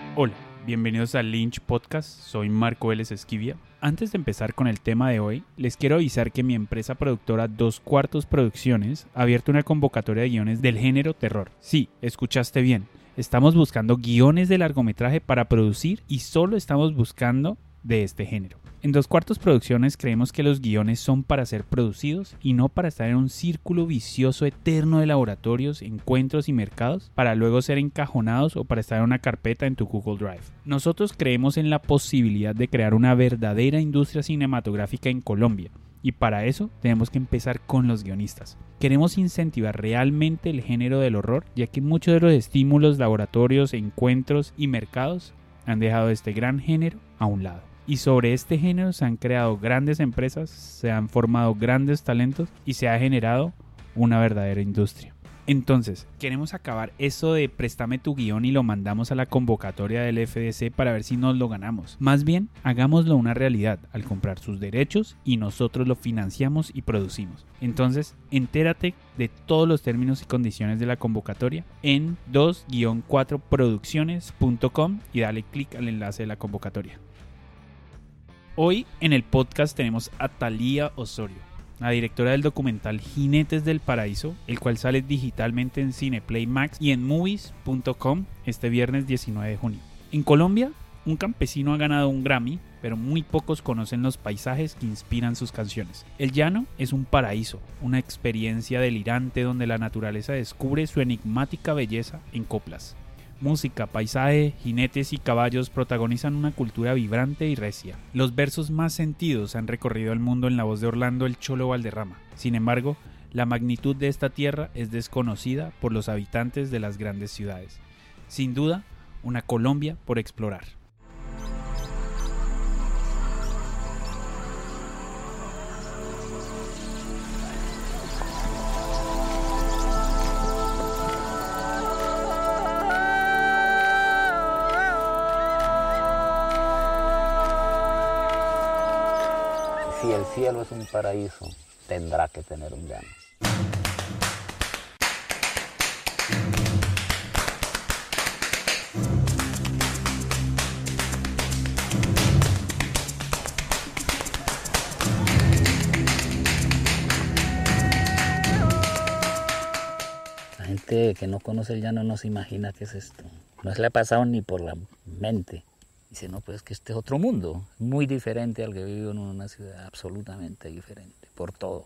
Hola, bienvenidos a Lynch Podcast, soy Marco Vélez Esquivia. Antes de empezar con el tema de hoy, les quiero avisar que mi empresa productora Dos Cuartos Producciones ha abierto una convocatoria de guiones del género terror. Sí, escuchaste bien, estamos buscando guiones de largometraje para producir y solo estamos buscando de este género. En Dos Cuartos Producciones creemos que los guiones son para ser producidos y no para estar en un círculo vicioso eterno de laboratorios, encuentros y mercados para luego ser encajonados o para estar en una carpeta en tu Google Drive. Nosotros creemos en la posibilidad de crear una verdadera industria cinematográfica en Colombia y para eso tenemos que empezar con los guionistas. Queremos incentivar realmente el género del horror, ya que muchos de los estímulos, laboratorios, encuentros y mercados han dejado este gran género a un lado. Y sobre este género se han creado grandes empresas, se han formado grandes talentos y se ha generado una verdadera industria. Entonces, queremos acabar eso de préstame tu guión y lo mandamos a la convocatoria del FDC para ver si nos lo ganamos. Más bien, hagámoslo una realidad al comprar sus derechos y nosotros lo financiamos y producimos. Entonces, entérate de todos los términos y condiciones de la convocatoria en 2-4producciones.com y dale clic al enlace de la convocatoria. Hoy en el podcast tenemos a Thalía Osorio, la directora del documental Jinetes del Paraíso, el cual sale digitalmente en Cineplay Max y en movies.com este viernes 19 de junio. En Colombia, un campesino ha ganado un Grammy, pero muy pocos conocen los paisajes que inspiran sus canciones. El llano es un paraíso, una experiencia delirante donde la naturaleza descubre su enigmática belleza en coplas. Música, paisaje, jinetes y caballos protagonizan una cultura vibrante y recia. Los versos más sentidos han recorrido el mundo en la voz de Orlando el Cholo Valderrama. Sin embargo, la magnitud de esta tierra es desconocida por los habitantes de las grandes ciudades. Sin duda, una Colombia por explorar. Si el cielo es un paraíso, tendrá que tener un llano. La gente que no conoce el llano no se imagina qué es esto. No se le ha pasado ni por la mente. Dice, no, pues que este es otro mundo, muy diferente al que vivo en una ciudad, absolutamente diferente, por todo.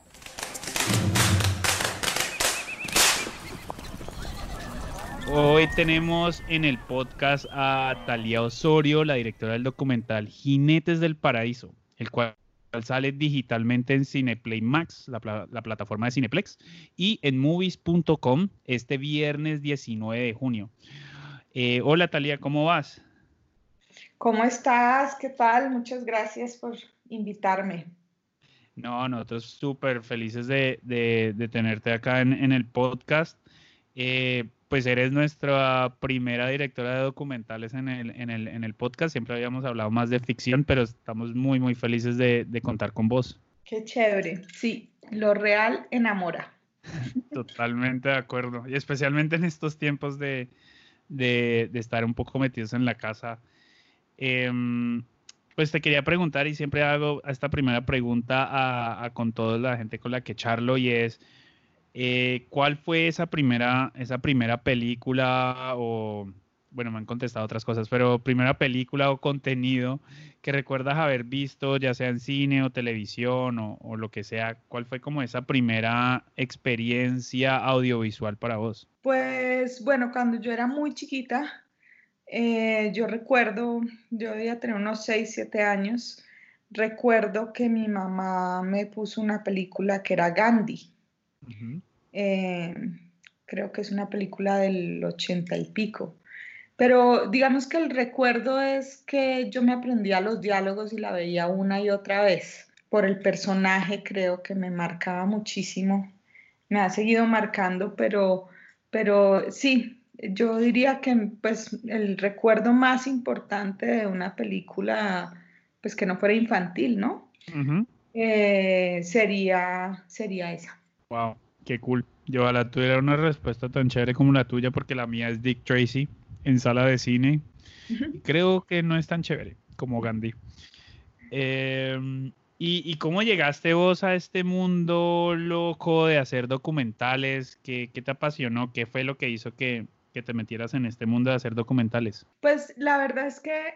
Hoy tenemos en el podcast a Thalía Osorio, la directora del documental Jinetes del Paraíso, el cual sale digitalmente en Cineplay Max, la plataforma de Cineplex, y en movies.com este viernes 19 de junio. Hola Thalía, ¿cómo vas? ¿Cómo estás? ¿Qué tal? Muchas gracias por invitarme. No, nosotros súper felices de tenerte acá en el podcast. Pues eres nuestra primera directora de documentales en el podcast. Siempre habíamos hablado más de ficción, pero estamos muy, muy felices de contar con vos. Qué chévere. Sí, lo real enamora. Totalmente de acuerdo. Y especialmente en estos tiempos de estar un poco metidos en la casa. Pues te quería preguntar, y siempre hago esta primera pregunta con toda la gente con la que charlo, y es ¿cuál fue esa primera película o, bueno, me han contestado otras cosas, pero primera película o contenido que recuerdas haber visto, ya sea en cine o televisión o lo que sea? ¿Cuál fue como esa primera experiencia audiovisual para vos? Pues bueno, cuando yo era muy chiquita, yo recuerdo, yo debía tener unos 6, 7 años, recuerdo que mi mamá me puso una película que era Gandhi. Uh-huh. Creo que es una película del 80 y pico. Pero digamos que el recuerdo es que yo me aprendía los diálogos y la veía una y otra vez. Por el personaje creo que me marcaba muchísimo. Me ha seguido marcando, pero sí, yo diría que pues, el recuerdo más importante de una película, pues que no fuera infantil, ¿no? Uh-huh. Sería esa. Wow, qué cool. Yo tuviera una respuesta tan chévere como la tuya, porque la mía es Dick Tracy en sala de cine. Ujú. Y creo que no es tan chévere como Gandhi. ¿Y cómo llegaste vos a este mundo loco de hacer documentales? ¿Qué te apasionó? ¿Qué fue lo que hizo que te metieras en este mundo de hacer documentales? Pues la verdad es que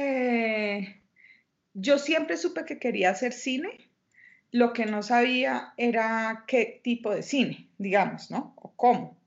yo siempre supe que quería hacer cine. Lo que no sabía era qué tipo de cine, digamos, ¿no? O cómo.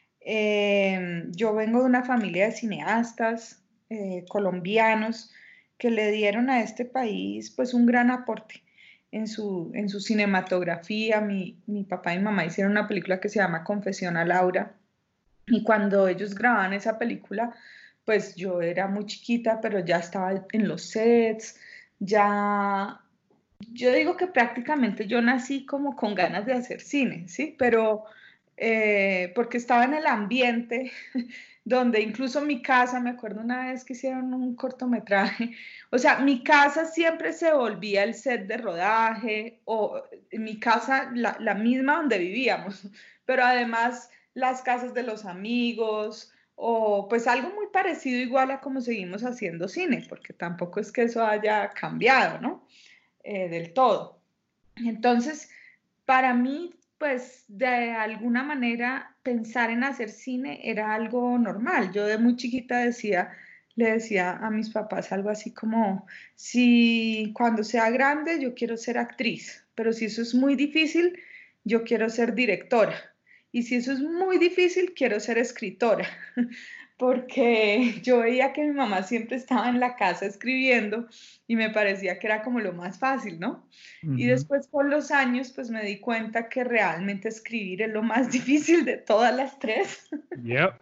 Yo vengo de una familia de cineastas colombianos que le dieron a este país pues un gran aporte en su cinematografía. Mi papá y mi mamá hicieron una película que se llama Confesión a Laura y cuando ellos grababan esa película pues yo era muy chiquita pero ya estaba en los sets, ya yo digo que prácticamente yo nací como con ganas de hacer cine, ¿sí? Pero porque estaba en el ambiente donde incluso mi casa, me acuerdo una vez que hicieron un cortometraje, o sea, mi casa siempre se volvía el set de rodaje o mi casa, la misma donde vivíamos, pero además las casas de los amigos o pues algo muy parecido igual a como seguimos haciendo cine, porque tampoco es que eso haya cambiado, ¿no? Del todo. Entonces, para mí, pues de alguna manera pensar en hacer cine era algo normal. Yo de muy chiquita le decía a mis papás algo así como, si cuando sea grande yo quiero ser actriz, pero si eso es muy difícil, yo quiero ser directora. Y si eso es muy difícil, quiero ser escritora, porque yo veía que mi mamá siempre estaba en la casa escribiendo y me parecía que era como lo más fácil, ¿no? Y Ujú. después con los años, pues me di cuenta que realmente escribir es lo más difícil de todas las tres. Yep.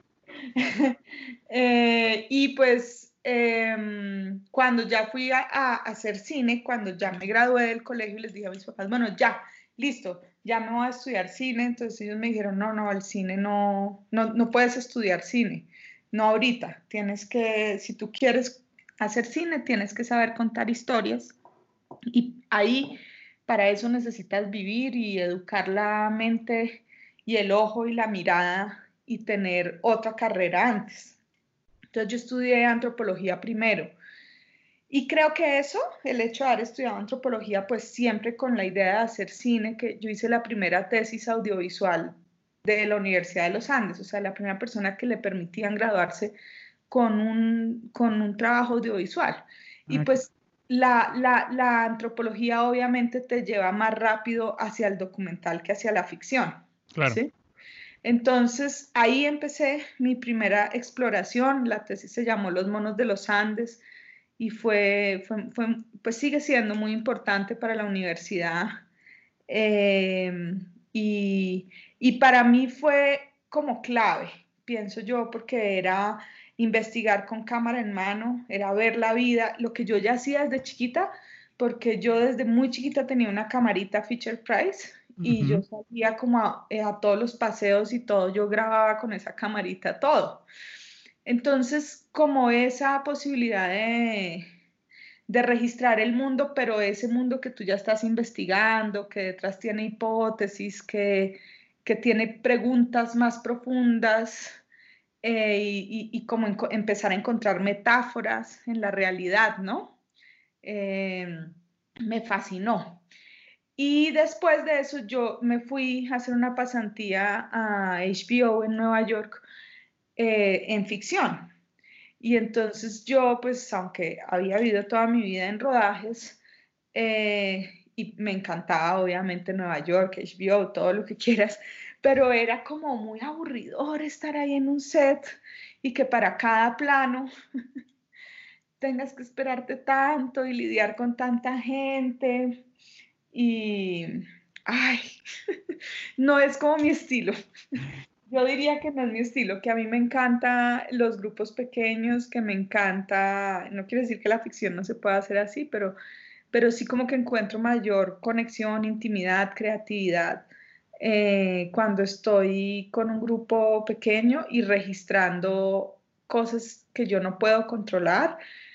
Y pues cuando ya fui a hacer cine, cuando ya me gradué del colegio, les dije a mis papás, bueno, ya, listo, ya me voy a estudiar cine. Entonces ellos me dijeron, no, no, el cine no puedes estudiar cine, no ahorita. Tienes que, si tú quieres hacer cine, tienes que saber contar historias. Y ahí, para eso necesitas vivir y educar la mente y el ojo y la mirada y tener otra carrera antes. Entonces yo estudié antropología primero y creo que eso, el hecho de haber estudiado antropología, pues siempre con la idea de hacer cine, que yo hice la primera tesis audiovisual de la Universidad de los Andes, o sea, la primera persona que le permitían graduarse con un trabajo audiovisual. Y Ah, pues la antropología obviamente te lleva más rápido hacia el documental que hacia la ficción, claro. ¿sí? Entonces ahí empecé mi primera exploración, la tesis se llamó Los monos de los Andes y pues sigue siendo muy importante para la universidad. Eh, y, y para mí fue como clave, pienso yo, porque era investigar con cámara en mano, era ver la vida, lo que yo ya hacía desde chiquita, porque yo desde muy chiquita tenía una camarita Fisher Price y yo Ujú. salía como a todos los paseos y todo, yo grababa con esa camarita todo. Entonces, como esa posibilidad de registrar el mundo, pero ese mundo que tú ya estás investigando, que detrás tiene hipótesis, que tiene preguntas más profundas y como empezar a encontrar metáforas en la realidad, ¿no? Eh, Me fascinó. Y después de eso yo me fui a hacer una pasantía a HBO en Nueva York en ficción. Y entonces yo, pues, aunque había vivido toda mi vida en rodajes, y me encantaba obviamente Nueva York, HBO, todo lo que quieras, pero era como muy aburridor estar ahí en un set y que para cada plano tengas que esperarte tanto y lidiar con tanta gente y, ay, no es como mi estilo. Yo diría que no es mi estilo, que a mí me encanta los grupos pequeños, que me encanta, no quiere decir que la ficción no se pueda hacer así, pero sí como que encuentro mayor conexión, intimidad, creatividad cuando estoy con un grupo pequeño y registrando cosas que yo no puedo controlar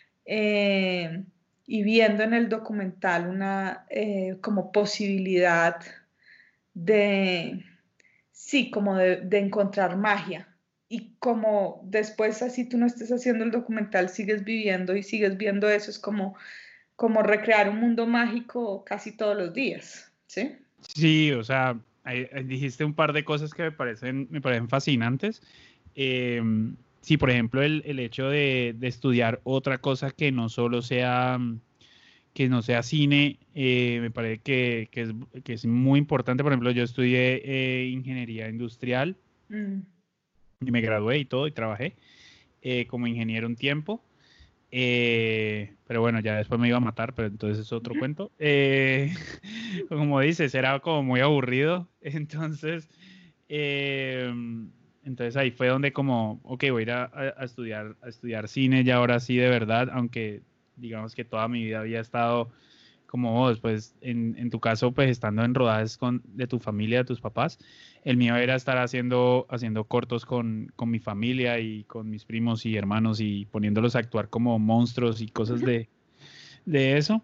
eh, y viendo en el documental una como posibilidad de, sí, como de encontrar magia y como después así tú no estés haciendo el documental, sigues viviendo y sigues viendo eso, es como recrear un mundo mágico casi todos los días, ¿sí? Sí, o sea, ahí dijiste un par de cosas que me parecen fascinantes. Eh, sí, por ejemplo, el hecho de estudiar otra cosa que no sea cine, me parece que es muy importante. Por ejemplo, yo estudié ingeniería industrial Mm. y me gradué y todo y trabajé como ingeniero un tiempo. Pero bueno, ya después me iba a matar, pero entonces es otro cuento. Como dices, era como muy aburrido. Eh, entonces ahí fue donde como, ok, voy a ir a estudiar cine ya ahora sí de verdad, aunque digamos que toda mi vida había estado como vos, pues en tu caso, pues estando en rodajes de tu familia, de tus papás, el mío era estar haciendo cortos con mi familia y con mis primos y hermanos y poniéndolos a actuar como monstruos y cosas de eso.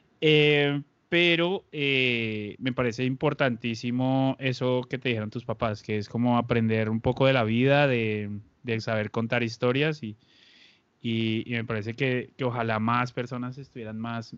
Pero me parece importantísimo eso que te dijeron tus papás, que es como aprender un poco de la vida, de saber contar historias y me parece que ojalá más personas estuvieran más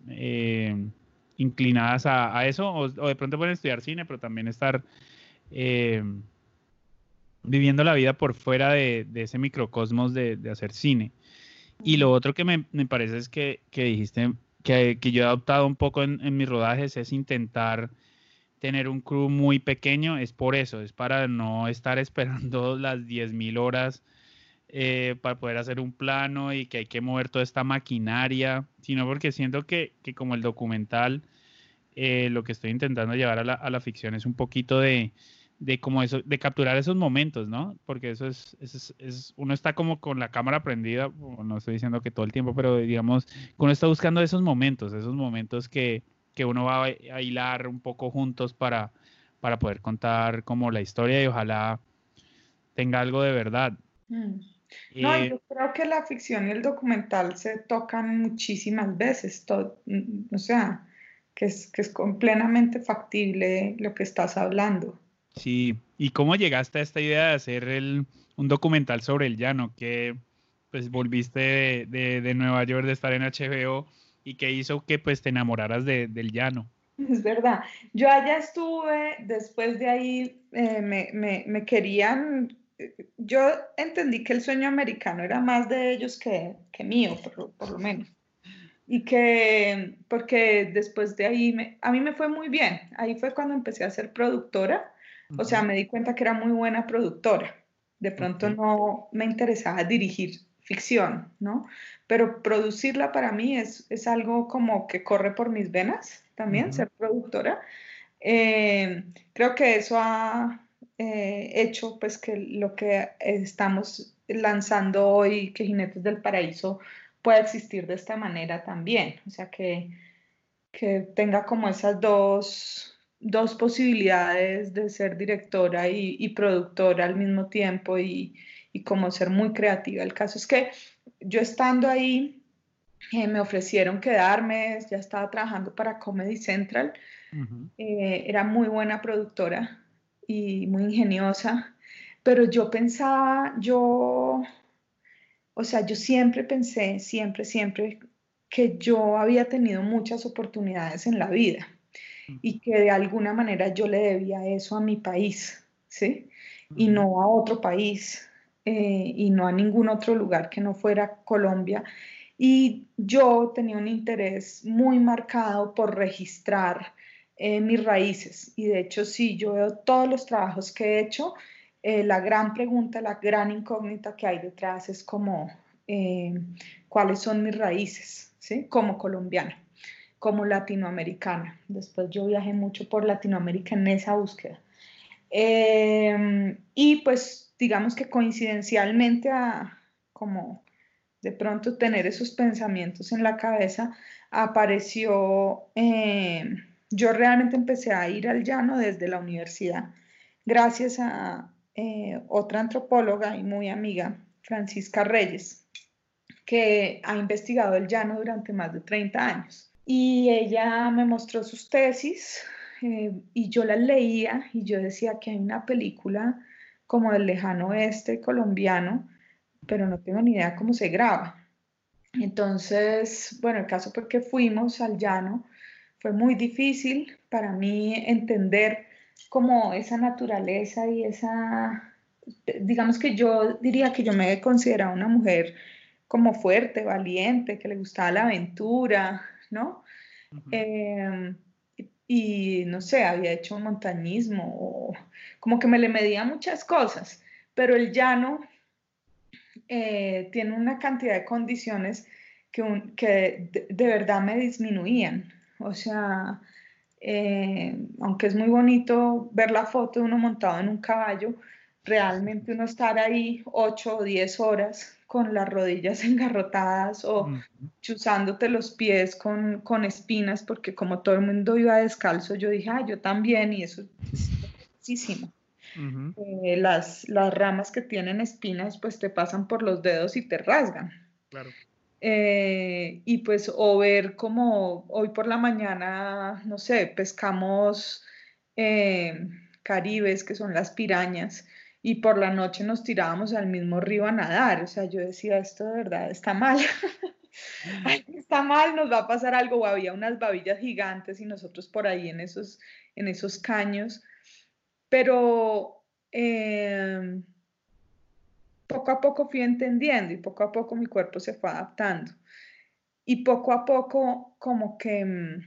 inclinadas a eso, o de pronto pueden estudiar cine, pero también estar eh, viviendo la vida por fuera de ese microcosmos de hacer cine. Y lo otro que me parece es que dijiste que yo he adoptado un poco en mis rodajes es intentar tener un crew muy pequeño, es por eso, es para no estar esperando las 10.000 horas para poder hacer un plano y que hay que mover toda esta maquinaria, sino porque siento que como el documental, lo que estoy intentando llevar a la ficción es un poquito de como eso, de capturar esos momentos, ¿no? Porque uno está como con la cámara prendida, no estoy diciendo que todo el tiempo, pero digamos, que uno está buscando esos momentos que uno va a hilar un poco juntos para poder contar como la historia y ojalá tenga algo de verdad. Mm. No, Eh, yo creo que la ficción y el documental se tocan muchísimas veces, o sea, que es plenamente factible lo que estás hablando. Sí, ¿y cómo llegaste a esta idea de hacer un documental sobre el llano? Que pues volviste de Nueva York, de estar en HBO, y que hizo que pues te enamoraras del llano. Es verdad. Yo allá estuve, después de ahí me querían, yo entendí que el sueño americano era más de ellos que mío, por lo menos. Y que, porque después de ahí, a mí me fue muy bien. Ahí fue cuando empecé a ser productora. O sea, Ujú. me di cuenta que era muy buena productora. De pronto Ok. no me interesaba dirigir ficción, ¿no? Pero producirla para mí es algo como que corre por mis venas también, Ujú. ser productora. Creo que eso ha hecho pues que lo que estamos lanzando hoy, que Jinetes del Paraíso pueda existir de esta manera también. O sea, que tenga como esas dos posibilidades de ser directora y productora al mismo tiempo y como ser muy creativa. El caso es que yo estando ahí, me ofrecieron quedarme, ya estaba trabajando para Comedy Central, Ujú. era muy buena productora y muy ingeniosa, pero yo pensaba, o sea, yo siempre pensé, siempre, que yo había tenido muchas oportunidades en la vida y que de alguna manera yo le debía eso a mi país, ¿sí? Y Ujú. no a otro país, y no a ningún otro lugar que no fuera Colombia. Y yo tenía un interés muy marcado por registrar mis raíces. Y de hecho, sí, yo veo todos los trabajos que he hecho, la gran pregunta, la gran incógnita que hay detrás es como, eh, ¿cuáles son mis raíces? ¿Sí? Como colombiana, como latinoamericana. Después yo viajé mucho por Latinoamérica en esa búsqueda. Y pues digamos que coincidencialmente como de pronto tener esos pensamientos en la cabeza, apareció, yo realmente empecé a ir al llano desde la universidad, gracias a otra antropóloga y muy amiga, Francisca Reyes, que ha investigado el llano durante más de 30 años. Y ella me mostró sus tesis, y yo las leía y yo decía que hay una película como del lejano oeste colombiano, pero no tengo ni idea cómo se graba. Entonces, bueno, el caso fue que fuimos al llano, fue muy difícil para mí entender como esa naturaleza y esa, digamos que yo diría que yo me consideraba una mujer como fuerte, valiente, que le gustaba la aventura, ¿no? Ujú. Eh, y no sé, había hecho montañismo, o como que me le medía muchas cosas, pero el llano tiene una cantidad de condiciones que de verdad me disminuían. O sea, aunque es muy bonito ver la foto de uno montado en un caballo, realmente uno estar ahí 8 o 10 horas con las rodillas engarrotadas o Ujú. chuzándote los pies con espinas, porque como todo el mundo iba descalzo, yo dije, ah, yo también, y eso es muchísimo. Ujú. Las ramas que tienen espinas pues te pasan por los dedos y te rasgan. Claro. Y pues o ver como hoy por la mañana, no sé, pescamos eh, caribes, que son las pirañas, y por la noche nos tirábamos al mismo río a nadar. O sea, yo decía, esto de verdad está mal. Ay, está mal, nos va a pasar algo. O había unas babillas gigantes y nosotros por ahí en esos caños. Pero poco a poco fui entendiendo y poco a poco mi cuerpo se fue adaptando. Y poco a poco como que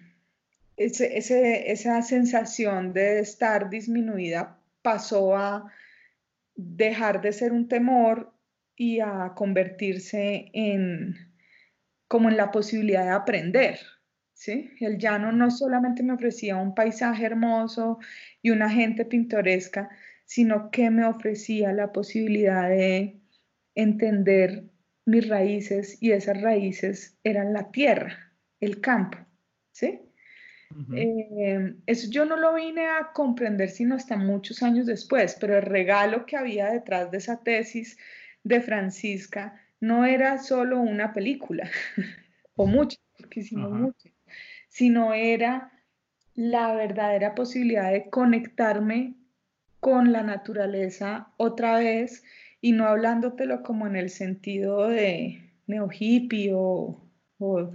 esa sensación de estar disminuida pasó a dejar de ser un temor y a convertirse en como en la posibilidad de aprender, ¿sí? El llano no solamente me ofrecía un paisaje hermoso y una gente pintoresca, sino que me ofrecía la posibilidad de entender mis raíces, y esas raíces eran la tierra, el campo, ¿sí? Ujú. Eso yo no lo vine a comprender sino hasta muchos años después, pero el regalo que había detrás de esa tesis de Francisca no era solo una película, o muchas, porque hicimos Ajá. muchas, sino era la verdadera posibilidad de conectarme con la naturaleza otra vez, y no hablándotelo como en el sentido de neo hippie o,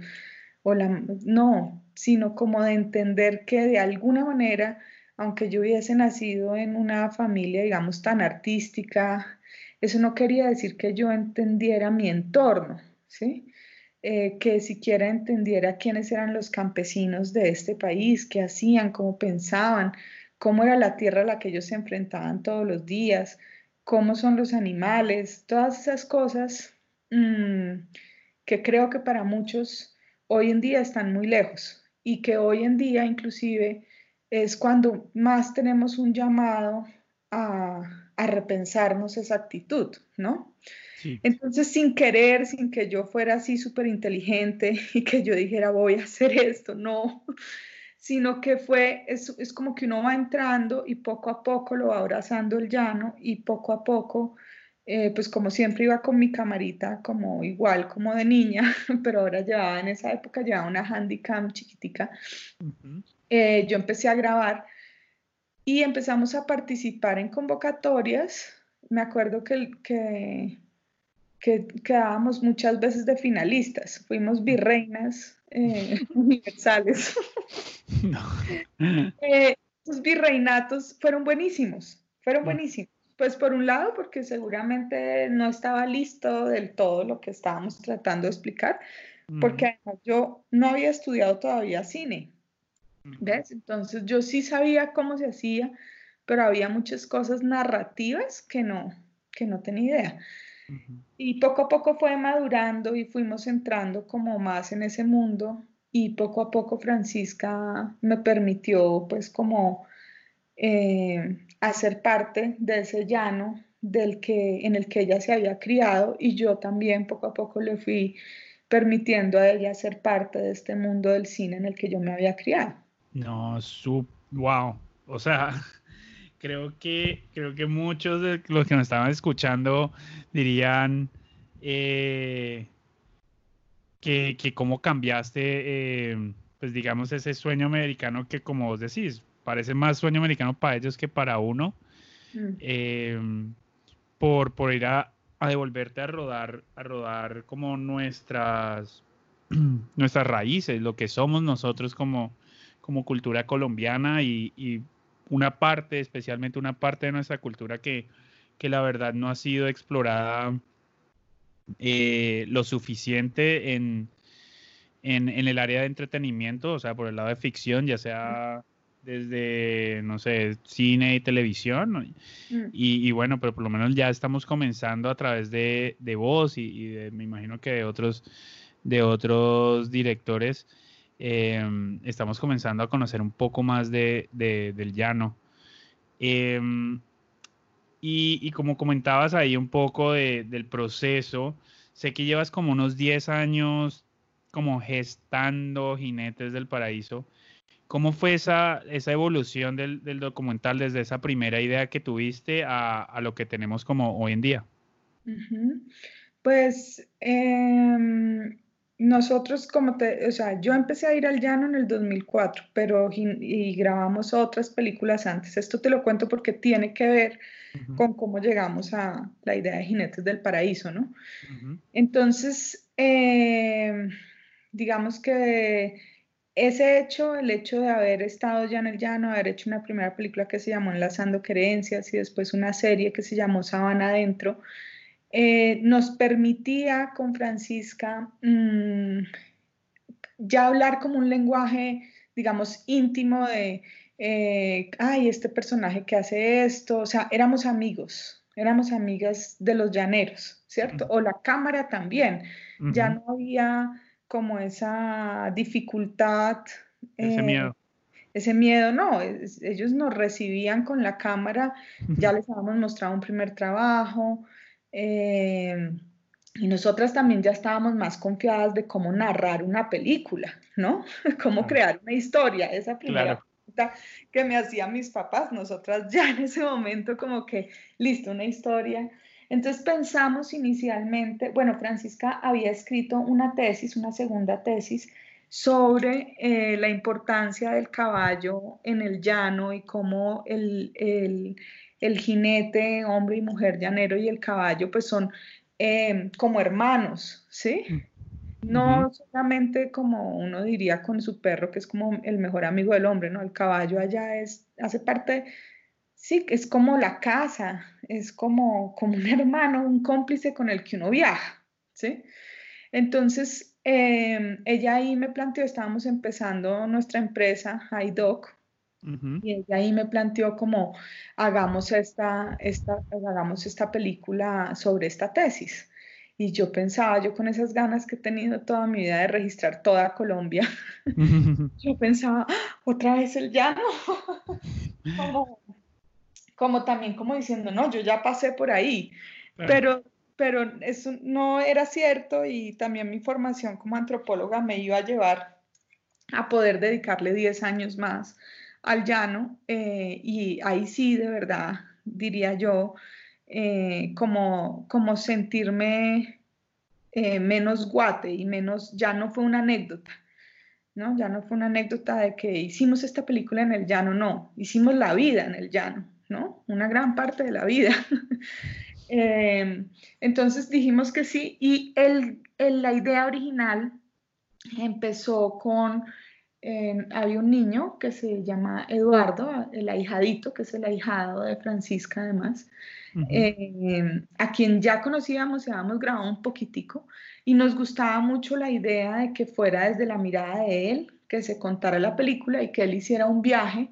no, sino como de entender que de alguna manera, aunque yo hubiese nacido en una familia, digamos, tan artística, eso no quería decir que yo entendiera mi entorno, ¿sí? Que siquiera entendiera quiénes eran los campesinos de este país, qué hacían, cómo pensaban, cómo era la tierra a la que ellos se enfrentaban todos los días, cómo son los animales, todas esas cosas mm, que creo que para muchos hoy en día están muy lejos, y que hoy en día inclusive es cuando más tenemos un llamado a repensarnos esa actitud, ¿no? Sí. Entonces, sin querer, sin que yo fuera así súper inteligente y que yo dijera voy a hacer esto, no, sino que es como que uno va entrando y poco a poco lo va abrazando el llano, y poco a poco, pues como siempre iba con mi camarita, como igual como de niña, pero ahora llevaba en esa época, llevaba una Handycam chiquitica, Ujú. yo empecé a grabar y empezamos a participar en convocatorias. Me acuerdo que quedábamos muchas veces de finalistas, fuimos virreinas universales. No. Esos virreinatos fueron Mm. buenísimos. Pues por un lado, porque seguramente no estaba listo del todo lo que estábamos tratando de explicar, porque Ujú. además yo no había estudiado todavía cine, Ujú. ¿ves? Entonces yo sí sabía cómo se hacía, pero había muchas cosas narrativas que no tenía idea. Ujú. Y poco a poco fue madurando y fuimos entrando como más en ese mundo, y poco a poco Francisca me permitió pues como hacer parte de ese llano en el que ella se había criado, y yo también poco a poco le fui permitiendo a ella ser parte de este mundo del cine en el que yo me había criado. No, wow. O sea, creo que muchos de los que nos estaban escuchando dirían eh, que cómo cambiaste, pues digamos, ese sueño americano que como vos decís, parece más sueño americano para ellos que para uno. Mm. Eh, por ir a devolverte a rodar como nuestras raíces, lo que somos nosotros como cultura colombiana y una parte, especialmente una parte de nuestra cultura que la verdad no ha sido explorada lo suficiente en el área de entretenimiento, o sea, por el lado de ficción, ya sea desde, no sé, cine y televisión, ¿no? Y bueno, pero por lo menos ya estamos comenzando a través de vos me imagino que de otros directores, estamos comenzando a conocer un poco más del llano. Y como comentabas ahí un poco del proceso, sé que llevas como unos 10 años como gestando Jinetes del Paraíso. ¿Cómo fue esa evolución del documental desde esa primera idea que tuviste a lo que tenemos como hoy en día? Pues nosotros, o sea, yo empecé a ir al llano en el 2004, pero y grabamos otras películas antes. Esto te lo cuento porque tiene que ver Uh-huh. con cómo llegamos a la idea de Jinetes del Paraíso, ¿no? Uh-huh. Entonces, digamos que el hecho de haber estado ya en el llano, haber hecho una primera película que se llamó Enlazando Creencias y después una serie que se llamó Sabana Adentro, nos permitía con Francisca ya hablar como un lenguaje, digamos, íntimo de, ay, este personaje que hace esto, o sea, éramos amigas de los llaneros, ¿cierto? O la cámara también, ya Uh-huh. no había como esa dificultad, Ese eh, miedo. ese miedo, no, ellos nos recibían con la cámara, ya les habíamos mostrado un primer trabajo, eh, y nosotras también ya estábamos más confiadas de cómo narrar una película, ¿no? Cómo Claro. crear una historia. Esa primera Claro. pregunta que me hacían mis papás, nosotras ya en ese momento como que, listo, una historia. Entonces pensamos inicialmente, bueno, Francisca había escrito una tesis, una segunda tesis, sobre la importancia del caballo en el llano y cómo el jinete, hombre y mujer llanero y el caballo pues son como hermanos, ¿sí? Uh-huh. No solamente como uno diría con su perro, que es como el mejor amigo del hombre, ¿no? El caballo allá hace parte, sí, es como la casa, es como un hermano, un cómplice con el que uno viaja, ¿sí? Entonces, ella ahí me planteó, estábamos empezando nuestra empresa, iDoc, Uh-huh. y ella ahí me planteó como hagamos esta película sobre esta tesis. Y yo pensaba, yo con esas ganas que he tenido toda mi vida de registrar toda Colombia, yo pensaba, "¡Ah! Otra vez el llano", como, como también como diciendo, no, yo ya pasé por ahí, Claro. pero, pero eso no era cierto y también mi formación como antropóloga me iba a llevar a poder dedicarle 10 años más al llano y ahí sí, de verdad, diría yo, como sentirme menos guate y menos, ya no fue una anécdota, ¿no? Ya no fue una anécdota de que hicimos esta película en el llano, no, hicimos la vida en el llano, ¿no? Una gran parte de la vida. Eh, entonces dijimos que sí y la idea original empezó con, había un niño que se llama Eduardo, el ahijadito, que es el ahijado de Francisca además, Uh-huh. a quien ya conocíamos y habíamos grabado un poquitico, y nos gustaba mucho la idea de que fuera desde la mirada de él, que se contara la película y que él hiciera un viaje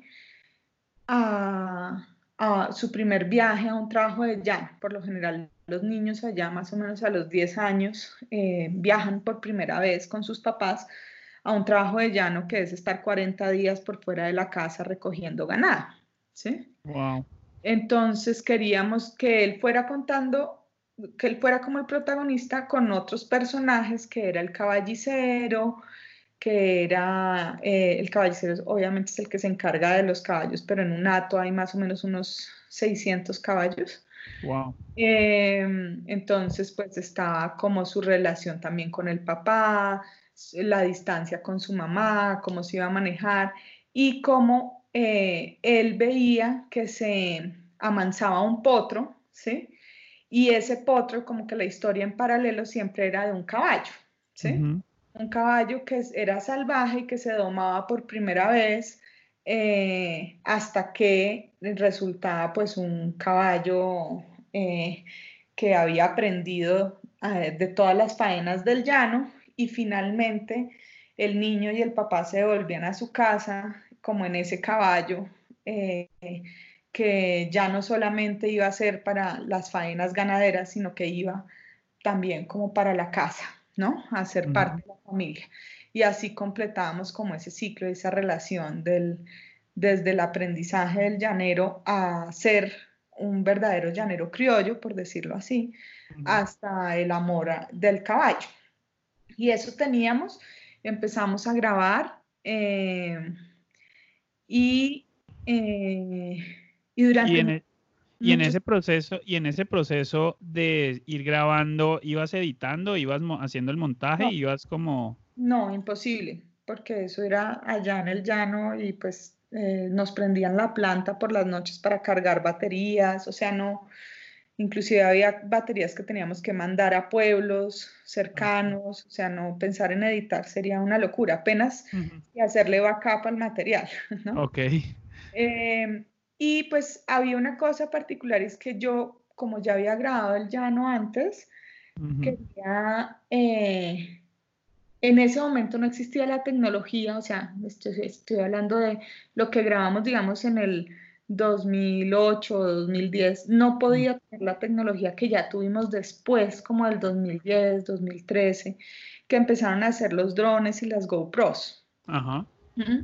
a su primer viaje a un trabajo de llano. Por lo general, los niños allá, más o menos a los 10 años, viajan por primera vez con sus papás a un trabajo de llano que es estar 40 días por fuera de la casa recogiendo ganado, ¿sí? Wow. Entonces queríamos que él fuera contando, que él fuera como el protagonista con otros personajes, que era el caballicero, que era el caballero, obviamente es el que se encarga de los caballos, pero en un hato hay más o menos unos 600 caballos. Wow. Entonces, pues estaba como su relación también con el papá, la distancia con su mamá, cómo se iba a manejar y cómo él veía que se amansaba un potro, ¿sí? y ese potro, como que la historia en paralelo siempre era de un caballo, ¿sí? Ujú. Un caballo que era salvaje y que se domaba por primera vez hasta que resultaba pues un caballo que había aprendido de todas las faenas del llano y finalmente el niño y el papá se volvían a su casa como en ese caballo que ya no solamente iba a ser para las faenas ganaderas, sino que iba también como para la casa, ¿no? A ser Ujú. parte de la familia. Y así completábamos como ese ciclo, esa relación desde el aprendizaje del llanero a ser un verdadero llanero criollo, por decirlo así, Ujú. hasta el amor del caballo. Y eso teníamos, empezamos a grabar y, eh, y Y durante en, muchos. y en ese proceso de ir grabando, ibas editando, ibas haciendo el montaje, No, ibas como, no, imposible, porque eso era allá en el llano y pues nos prendían la planta por las noches para cargar baterías, o sea, no, inclusive había baterías que teníamos que mandar a pueblos ok. cercanos, o sea, no pensar en editar sería una locura, apenas Ujú. y hacerle backup al material, ¿no? Ok. Eh, y pues había una cosa particular, es que yo, como ya había grabado el llano antes, Ujú. quería... en ese momento no existía la tecnología, o sea, estoy hablando de lo que grabamos, digamos, en el 2008 o 2010, no Mm. podía tener la tecnología que ya tuvimos después, como del 2010, 2013, que empezaron a hacer los drones y las GoPros. Ajá. Ujú.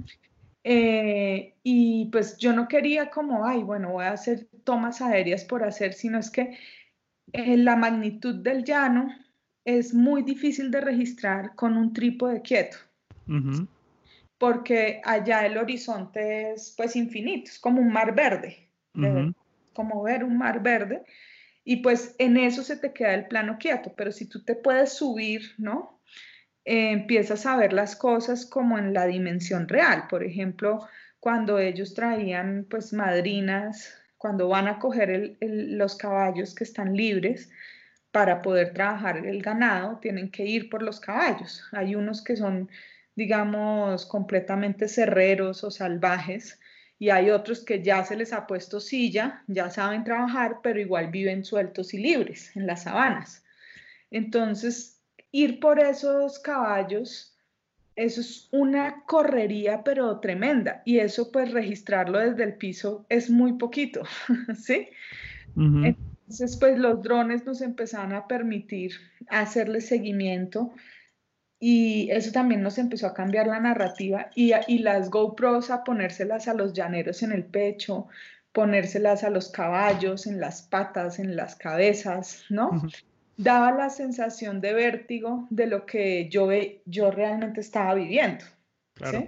Y pues yo no quería como, ay, bueno, voy a hacer tomas aéreas por hacer, sino es que la magnitud del llano es muy difícil de registrar con un trípode quieto, Ujú. porque allá el horizonte es pues infinito, es como un mar verde, de verdad, Ujú. como ver un mar verde, y pues en eso se te queda el plano quieto, pero si tú te puedes subir, ¿no? Empiezas a ver las cosas como en la dimensión real. Por ejemplo, cuando ellos traían pues madrinas, cuando van a coger los caballos que están libres para poder trabajar el ganado, tienen que ir por los caballos. Hay unos que son, digamos, completamente cerreros o salvajes. Y hay otros que ya se les ha puesto silla, ya saben trabajar, pero igual viven sueltos y libres en las sabanas. Entonces, ir por esos caballos, eso es una correría, pero tremenda. Y eso, pues, registrarlo desde el piso es muy poquito, ¿sí? Ujú. Entonces, pues, los drones nos empezaron a permitir hacerle seguimiento y eso también nos empezó a cambiar la narrativa y las GoPros a ponérselas a los llaneros en el pecho, ponérselas a los caballos, en las patas, en las cabezas, ¿no? Ujú. Daba la sensación de vértigo de lo que yo realmente estaba viviendo, Claro. ¿sí?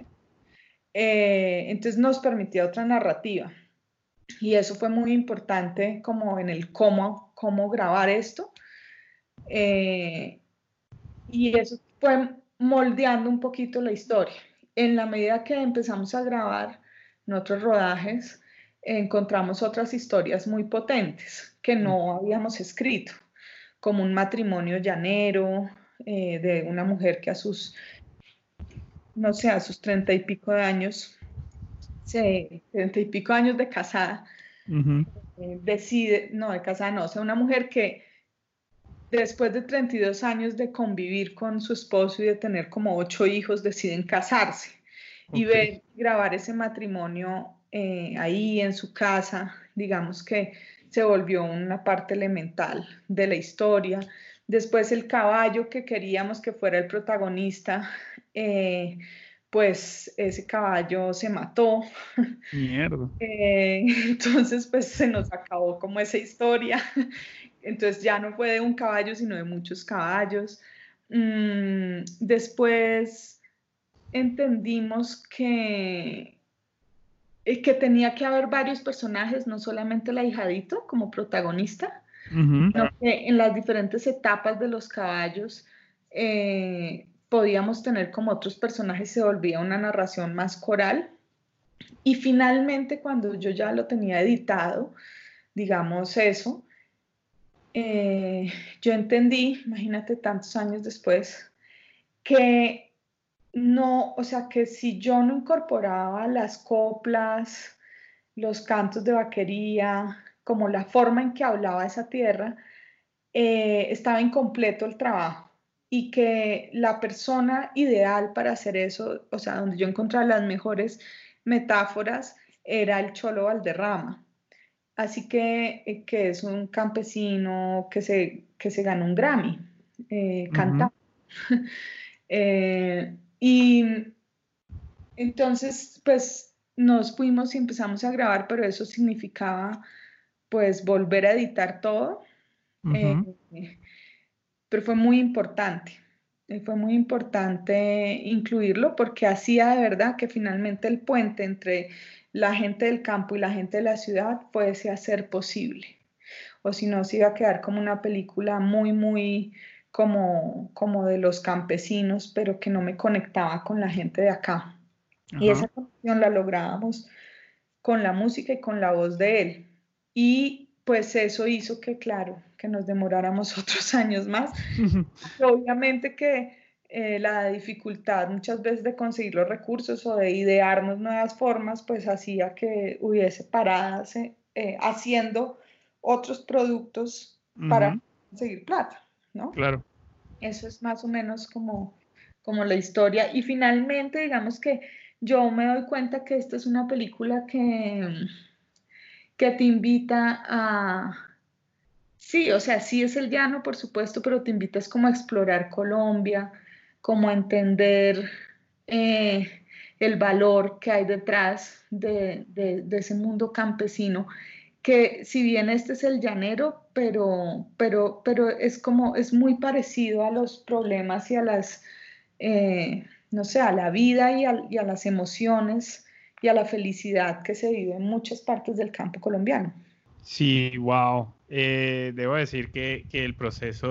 Entonces nos permitía otra narrativa y eso fue muy importante como en el cómo grabar esto eh, y eso fue moldeando un poquito la historia. En la medida que empezamos a grabar en otros rodajes, encontramos otras historias muy potentes que Mm. no habíamos escrito como un matrimonio llanero de una mujer que a sus, no sé, a sus 30 y pico de años, 30 y pico años de casada, Ujú. decide, no, de casada no, o sea, una mujer que después de 32 años de convivir con su esposo y de tener como 8 hijos, deciden casarse y Ok. ver, grabar ese matrimonio ahí en su casa, digamos que se volvió una parte elemental de la historia. Después el caballo que queríamos que fuera el protagonista, pues ese caballo se mató. Mierda. Entonces pues se nos acabó como esa historia. Entonces ya no fue de un caballo, sino de muchos caballos. Después entendimos que tenía que haber varios personajes, no solamente el ahijadito como protagonista, Ujú. sino que en las diferentes etapas de los caballos podíamos tener como otros personajes, se volvía una narración más coral. Y finalmente, cuando yo ya lo tenía editado, digamos eso, yo entendí, imagínate tantos años después, que no, o sea, que si yo no incorporaba las coplas, los cantos de vaquería, como la forma en que hablaba esa tierra, estaba incompleto el trabajo y que la persona ideal para hacer eso, o sea, donde yo encontraba las mejores metáforas, era el Cholo Valderrama. Así que es un campesino que se ganó un Grammy Ujú. cantando. Y entonces, pues nos fuimos y empezamos a grabar, pero eso significaba pues volver a editar todo. Eh, Ujú. pero fue muy importante incluirlo porque hacía de verdad que finalmente el puente entre la gente del campo y la gente de la ciudad fuese a ser posible. O si no, se iba a quedar como una película muy, muy como de los campesinos, pero que no me conectaba con la gente de acá. Y Ajá. esa conexión la lográbamos con la música y con la voz de él. Y pues eso hizo que, claro, que nos demoráramos otros años más. Obviamente que la dificultad muchas veces de conseguir los recursos o de idearnos nuevas formas, pues hacía que hubiese paradas haciendo otros productos para Ujú. conseguir plata, ¿no? Claro. Eso es más o menos como la historia. Y finalmente, digamos que yo me doy cuenta que esta es una película que te invita a, sí, o sea, sí es el llano, por supuesto, pero te invitas como a explorar Colombia, como a entender eh, el valor que hay detrás de ese mundo campesino, que si bien este es el llanero, pero es como, es muy parecido a los problemas y a las, no sé, a la vida y a las emociones y a la felicidad que se vive en muchas partes del campo colombiano. Sí, wow. Debo decir que el proceso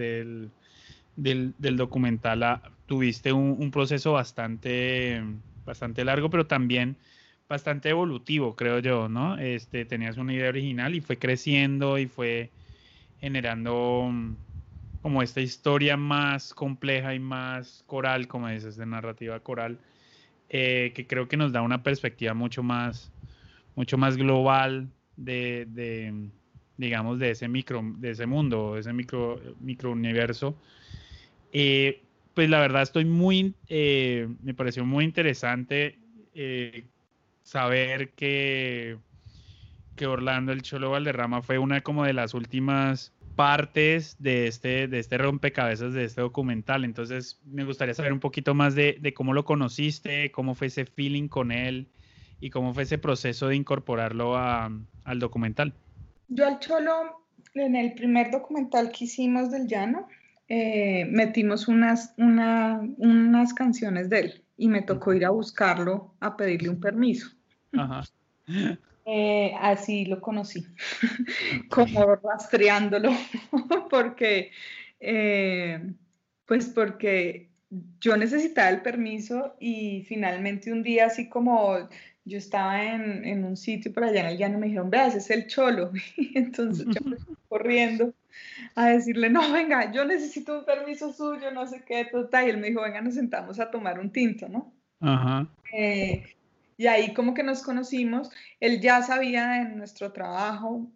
del documental tuviste un proceso bastante largo, pero también bastante evolutivo, creo yo, ¿no? Tenías una idea original y fue creciendo y fue generando como esta historia más compleja y más coral, como dices, de narrativa coral, que creo que nos da una perspectiva mucho más global digamos, de ese mundo, de ese micro universo. Pues la verdad me pareció muy interesante eh, saber que Orlando el Cholo Valderrama fue una como de las últimas partes de este rompecabezas de este documental. Entonces me gustaría saber un poquito más de cómo lo conociste, cómo fue ese feeling con él y cómo fue ese proceso de incorporarlo al documental. Yo al Cholo, en el primer documental que hicimos del Llano, metimos unas canciones de él y me tocó ir a buscarlo a pedirle un permiso. Ajá. Así lo conocí, Ok. como rastreándolo, porque, eh, pues porque yo necesitaba el permiso y finalmente un día así como yo estaba en un sitio por allá en el llano, me dijeron, vea, ese es el Cholo. Y entonces yo me fui corriendo a decirle, no, venga, yo necesito un permiso suyo, no sé qué, total. Y él me dijo, venga, nos sentamos a tomar un tinto, ¿no? Ajá. Eh, y ahí como que nos conocimos, él ya sabía de nuestro trabajo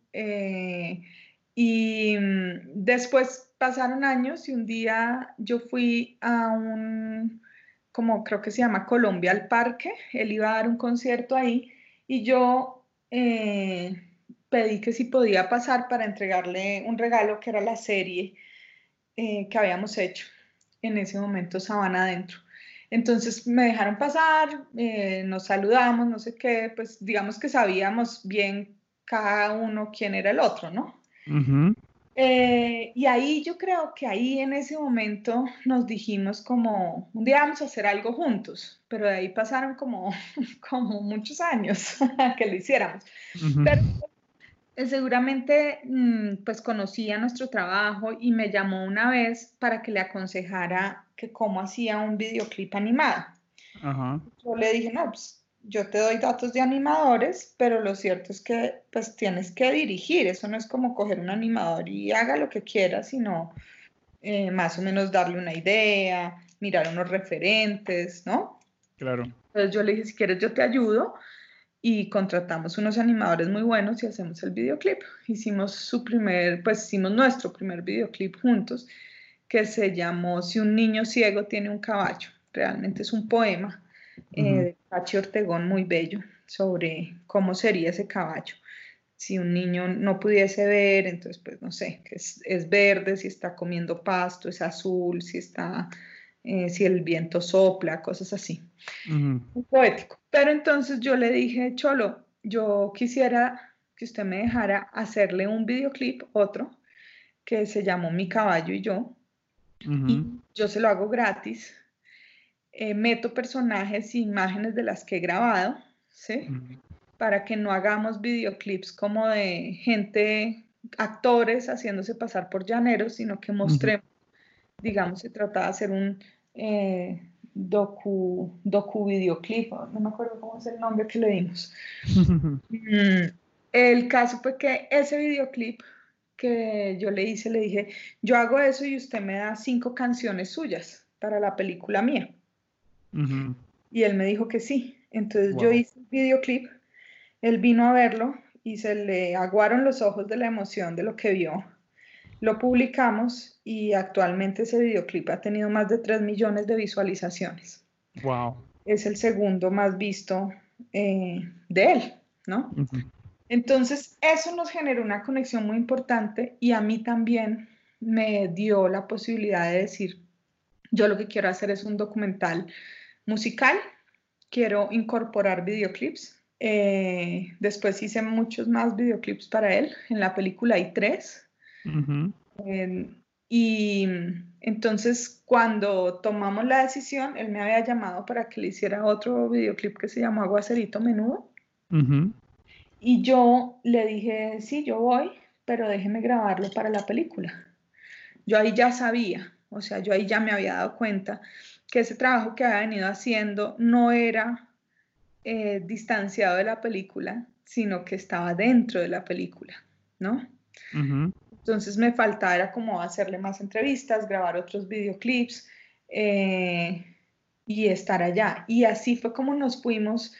y después pasaron años y un día yo fui a como creo que se llama Colombia al Parque, él iba a dar un concierto ahí y yo pedí que si podía pasar para entregarle un regalo que era la serie que habíamos hecho en ese momento, Sabana Adentro. Entonces me dejaron pasar, nos saludamos, no sé qué, pues digamos que sabíamos bien cada uno quién era el otro, ¿no? Ujú. Y ahí yo creo que ahí en ese momento nos dijimos como, un día vamos a hacer algo juntos, pero de ahí pasaron como muchos años que lo hiciéramos. Ujú. Pero seguramente pues conocía nuestro trabajo y me llamó una vez para que le aconsejara que cómo hacía un videoclip animado. Ajá. Yo le dije, no, pues yo te doy datos de animadores, pero lo cierto es que pues tienes que dirigir, eso no es como coger un animador y haga lo que quiera, sino más o menos darle una idea, mirar unos referentes, ¿no? Claro. Entonces yo le dije, si quieres yo te ayudo y contratamos unos animadores muy buenos y hacemos el videoclip. Hicimos nuestro primer videoclip juntos, que se llamó Si un niño ciego tiene un caballo. Realmente es un poema de Pachi Ortegón muy bello sobre cómo sería ese caballo. Si un niño no pudiese ver, entonces pues no sé, que es verde, si está comiendo pasto, es azul, si el viento sopla, cosas así. Muy poético. Pero entonces yo le dije, Cholo, yo quisiera que usted me dejara hacerle un videoclip, otro, que se llamó Mi caballo y yo, y yo se lo hago gratis. Meto personajes e imágenes de las que he grabado, ¿sí? Para que no hagamos videoclips como de gente, actores haciéndose pasar por llaneros, sino que mostremos, digamos, se trataba de hacer un docu videoclip, no me acuerdo cómo es el nombre que le dimos. El caso fue que ese videoclip que yo le hice, le dije, yo hago eso y usted me da 5 canciones suyas para la película mía. Y él me dijo que sí. Entonces yo hice el videoclip, él vino a verlo y se le aguaron los ojos de la emoción de lo que vio. Lo publicamos y actualmente ese videoclip ha tenido más de 3 millones de visualizaciones. Wow. Es el segundo más visto de él, ¿no? Entonces, eso nos generó una conexión muy importante y a mí también me dio la posibilidad de decir, yo lo que quiero hacer es un documental musical, quiero incorporar videoclips. Después hice muchos más videoclips para él. En la película hay 3. Y entonces cuando tomamos la decisión, él me había llamado para que le hiciera otro videoclip que se llamó Aguacerito Menudo. Y yo le dije, sí, yo voy, pero déjeme grabarlo para la película. Yo ahí ya sabía, o sea, yo ahí ya me había dado cuenta que ese trabajo que había venido haciendo no era distanciado de la película, sino que estaba dentro de la película, ¿no? Entonces me faltaba era como hacerle más entrevistas, grabar otros videoclips y estar allá. Y así fue como nos fuimos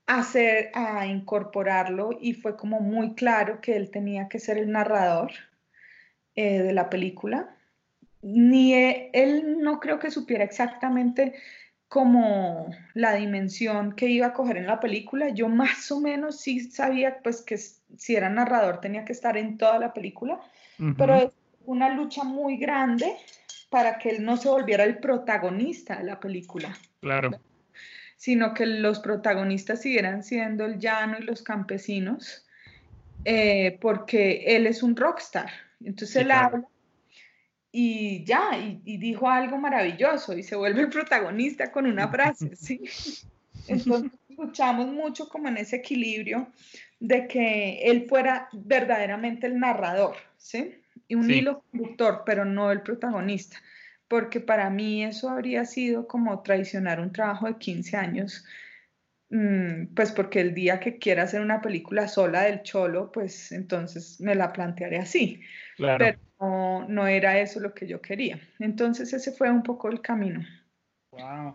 a incorporarlo y fue como muy claro que él tenía que ser el narrador de la película. Ni él no creo que supiera exactamente como la dimensión que iba a coger en la película. Yo más o menos sí sabía pues que si era narrador tenía que estar en toda la película, pero es una lucha muy grande para que él no se volviera el protagonista de la película. Claro. Sino que los protagonistas siguieran siendo el llano y los campesinos, porque él es un rockstar. Entonces Sí, él claro. habla y ya, y dijo algo maravilloso y se vuelve el protagonista con una frase, ¿sí? Entonces luchamos mucho como en ese equilibrio de que él fuera verdaderamente el narrador, ¿sí? Y un hilo conductor, pero no el protagonista, porque para mí eso habría sido como traicionar un trabajo de 15 años, pues porque el día que quiera hacer una película sola del Cholo, pues entonces me la plantearé así. Claro. Pero no era eso lo que yo quería. Entonces ese fue un poco el camino. Wow.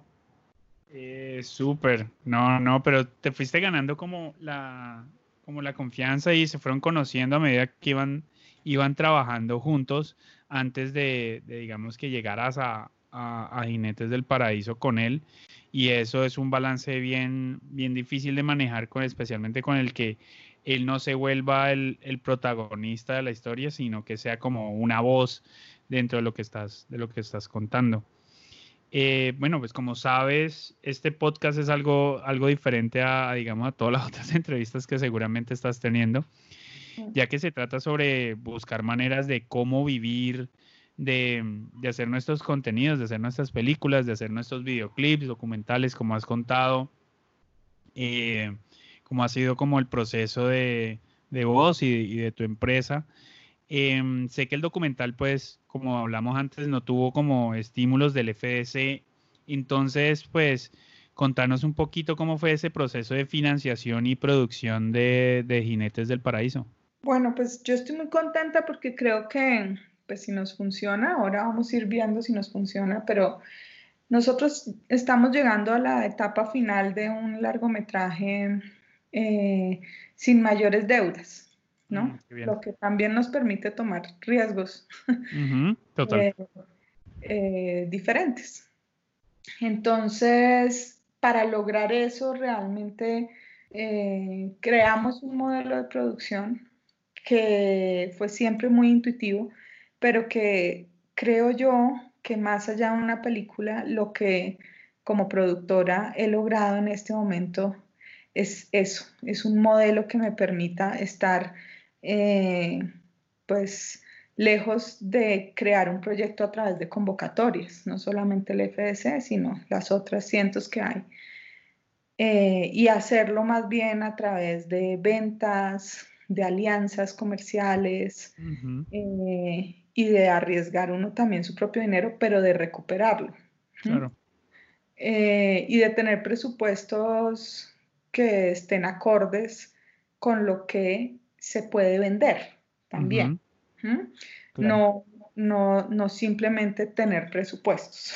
Súper. No, pero te fuiste ganando como la confianza y se fueron conociendo a medida que iban trabajando juntos antes de digamos que llegaras a Jinetes del Paraíso con él. Y eso es un balance bien difícil de manejar, especialmente con el que él no se vuelva el protagonista de la historia, sino que sea como una voz dentro de lo que estás contando. Bueno, pues como sabes, este podcast es algo diferente digamos, a todas las otras entrevistas que seguramente estás teniendo, ya que se trata sobre buscar maneras de cómo vivir, de hacer nuestros contenidos, de hacer nuestras películas, de hacer nuestros videoclips, documentales, como has contado, cómo ha sido como el proceso de vos y de tu empresa. Sé que el documental, pues, como hablamos antes, no tuvo como estímulos del FDC. Entonces, pues, Contanos un poquito cómo fue ese proceso de financiación y producción de Jinetes del Paraíso. Bueno, pues yo estoy muy contenta porque creo que, pues si nos funciona, ahora vamos a ir viendo si nos funciona, pero nosotros estamos llegando a la etapa final de un largometraje eh, sin mayores deudas, ¿no? Qué bien. Lo que también nos permite tomar riesgos Total. eh, diferentes. Entonces, para lograr eso, realmente creamos un modelo de producción que fue siempre muy intuitivo, pero que creo yo que más allá de una película, lo que como productora he logrado en este momento es eso, es un modelo que me permita estar eh, pues lejos de crear un proyecto a través de convocatorias, no solamente el FDC, sino las otras cientos que hay, y hacerlo más bien a través de ventas, de alianzas comerciales, y de arriesgar uno también su propio dinero, pero de recuperarlo. Claro. Y de tener presupuestos que estén acordes con lo que se puede vender también. Claro. No, no simplemente tener presupuestos.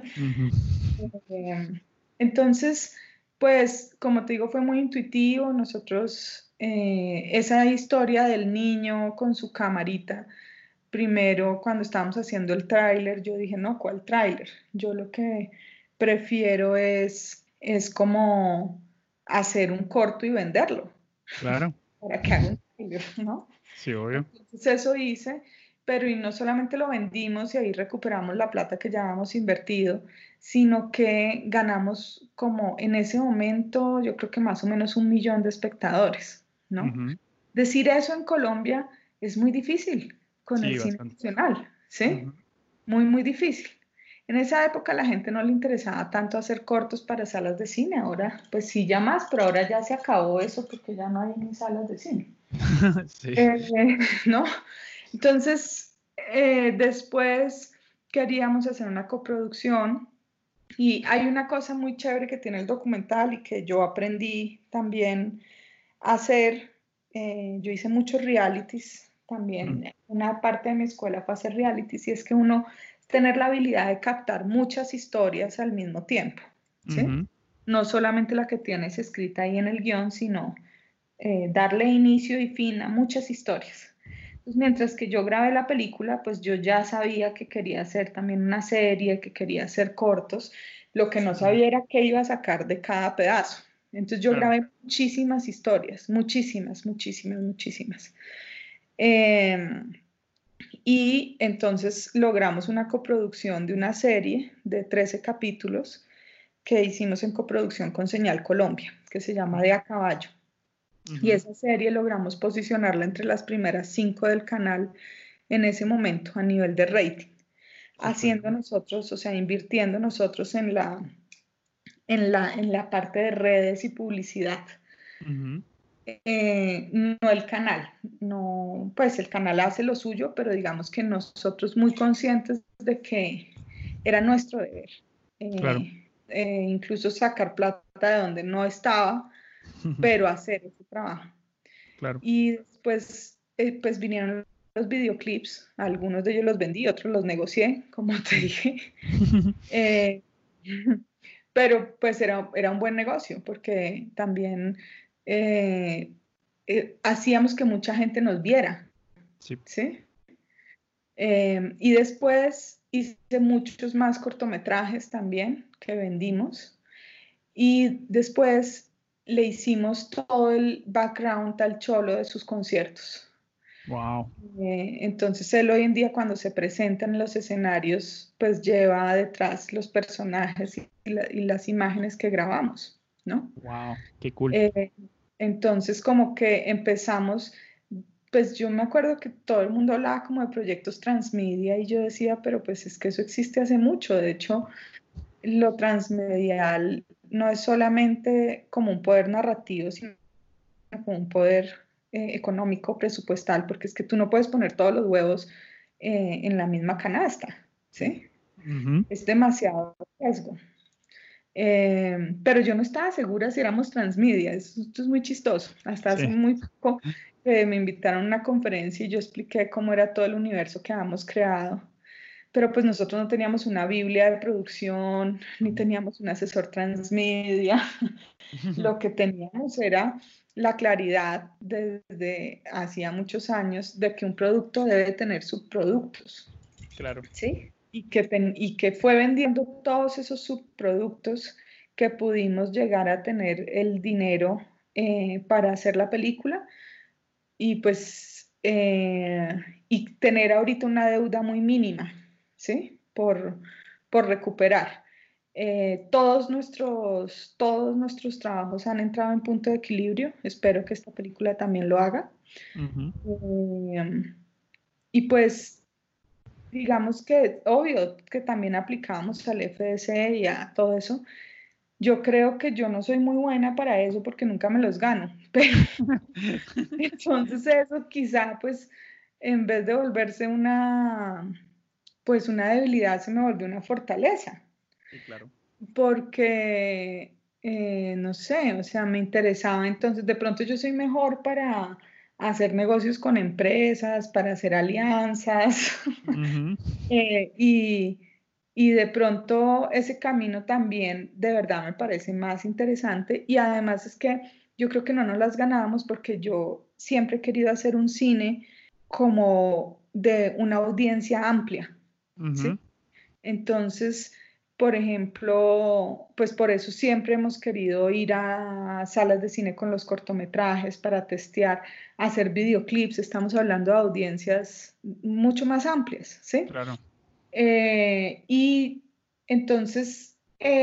Eh, Entonces, pues, como te digo, fue muy intuitivo. Nosotros, esa historia del niño con su camarita, primero cuando estábamos haciendo el tráiler, yo dije, no, ¿cuál tráiler? Yo lo que prefiero es como hacer un corto y venderlo, Claro. para que haga un tráiler, ¿no? Sí, obvio. Entonces eso hice, pero y no solamente lo vendimos y ahí recuperamos la plata que ya habíamos invertido, sino que ganamos como en ese momento, yo creo que más o menos 1 millón de espectadores, ¿no? Ujú. Decir eso en Colombia es muy difícil con el Sí, cine bastante. nacional, ¿sí? Ujú. Muy, muy difícil. En esa época a la gente no le interesaba tanto hacer cortos para salas de cine, ahora pues sí ya más, pero ahora ya se acabó eso porque ya no hay ni salas de cine. Sí. ¿No? Entonces, después queríamos hacer una coproducción y hay una cosa muy chévere que tiene el documental y que yo aprendí también a hacer. Yo hice muchos realities Mm. también. Una parte de mi escuela fue hacer realities y es que uno tener la habilidad de captar muchas historias al mismo tiempo, ¿sí? Ujú. No solamente la que tienes escrita ahí en el guión, sino darle inicio y fin a muchas historias. Entonces, mientras que yo grabé la película, pues yo ya sabía que quería hacer también una serie, que quería hacer cortos. Lo que no Sí. sabía era qué iba a sacar de cada pedazo. Entonces yo Claro. grabé muchísimas historias, muchísimas, muchísimas, muchísimas. Eh, y entonces logramos una coproducción de una serie de 13 capítulos que hicimos en coproducción con Señal Colombia, que se llama De a Caballo. Y Ujú. esa serie logramos posicionarla entre las primeras 5 del canal en ese momento a nivel de rating, Súper haciendo bien. nosotros, o sea, invirtiendo nosotros en la parte de redes y publicidad. Ujú. No el canal, no, pues el canal hace lo suyo, pero digamos que nosotros muy conscientes de que era nuestro deber, Claro. incluso sacar plata de donde no estaba, pero hacer ese trabajo. Claro. Y después, pues vinieron los videoclips, algunos de ellos los vendí, otros los negocié, como te dije. Eh, pero pues era un buen negocio porque también eh, hacíamos que mucha gente nos viera, Sí. ¿sí? Y después hice muchos más cortometrajes también que vendimos y después le hicimos todo el background al Cholo de sus conciertos. Wow. Entonces él hoy en día cuando se presenta en los escenarios, pues lleva detrás los personajes y las imágenes que grabamos, ¿no? Wow. Qué cool. Eh, entonces como que empezamos, pues yo me acuerdo que todo el mundo hablaba como de proyectos transmedia y yo decía, pero pues es que eso existe hace mucho. De hecho, lo transmedial no es solamente como un poder narrativo, sino como un poder económico, presupuestal, porque es que tú no puedes poner todos los huevos en la misma canasta, ¿sí? Ujú. Es demasiado riesgo. Pero yo no estaba segura si éramos transmedia. Esto es muy chistoso. Hasta hace Sí. muy poco me invitaron a una conferencia y yo expliqué cómo era todo el universo que habíamos creado. Pero pues nosotros no teníamos una Biblia de producción, ni teníamos un asesor transmedia. Lo que teníamos era la claridad desde hacía muchos años de que un producto debe tener subproductos, Claro. ¿sí? Y que fue vendiendo todos esos subproductos que pudimos llegar a tener el dinero para hacer la película y pues y tener ahorita una deuda muy mínima, ¿sí? Por recuperar. Todos nuestros trabajos han entrado en punto de equilibrio. Espero que esta película también lo haga. Ujú. Y pues digamos que, obvio, que también aplicamos al FDC y a todo eso. Yo creo que yo no soy muy buena para eso porque nunca me los gano, pero entonces eso quizá pues en vez de volverse pues una debilidad se me volvió una fortaleza, Sí, claro. porque no sé, o sea, me interesaba entonces, de pronto yo soy mejor para hacer negocios con empresas, para hacer alianzas, Ujú. eh, y, y de pronto ese camino también de verdad me parece más interesante y además es que yo creo que no nos las ganábamos porque yo siempre he querido hacer un cine como de una audiencia amplia, Ujú. ¿sí? Entonces, por ejemplo, pues por eso siempre hemos querido ir a salas de cine con los cortometrajes para testear, hacer videoclips, estamos hablando de audiencias mucho más amplias, ¿sí? Claro. Y entonces,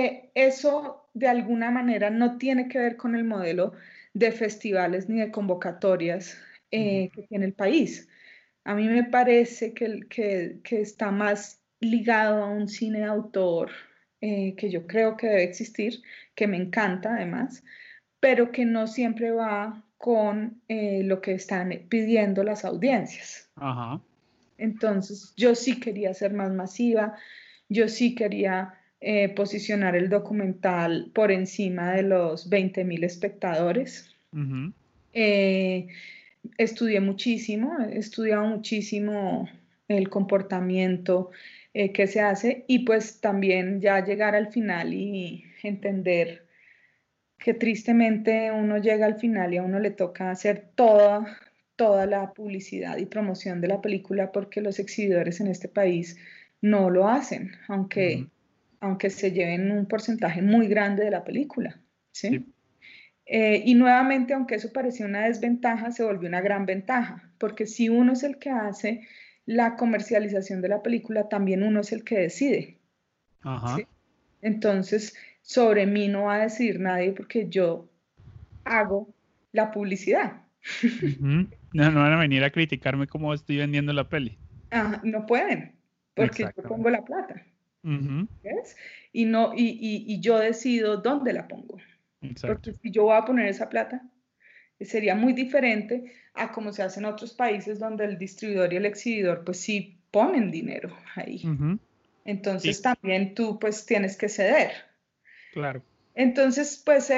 eso de alguna manera no tiene que ver con el modelo de festivales ni de convocatorias Ujú. que tiene el país. A mí me parece que está más ligado a un cine de autor que yo creo que debe existir, que me encanta además, pero que no siempre va con lo que están pidiendo las audiencias. Ajá. Entonces, yo sí quería ser más masiva, yo sí quería posicionar el documental por encima de los 20.000 espectadores. Ujú. Eh, Estudié muchísimo, he estudiado muchísimo el comportamiento que se hace y pues también ya llegar al final y entender que tristemente uno llega al final y a uno le toca hacer toda la publicidad y promoción de la película porque los exhibidores en este país no lo hacen, Ujú. aunque se lleven un porcentaje muy grande de la película, Sí. ¿sí? Y nuevamente, aunque eso parecía una desventaja, se volvió una gran ventaja, porque si uno es el que hace la comercialización de la película, también uno es el que decide, Ajá. ¿sí? Entonces, sobre mí no va a decidir nadie porque yo hago la publicidad. Ujú. No, no van a venir a criticarme cómo estoy vendiendo la peli. Ah, no pueden, porque yo pongo Exactamente. la plata, Ujú. ¿ves? Y, no, y yo decido dónde la pongo, Exacto. porque si yo voy a poner esa plata, sería muy diferente a como se hace en otros países donde el distribuidor y el exhibidor pues sí ponen dinero ahí. Ujú. Sí, Entonces también tú pues tienes que ceder. claro. Entonces pues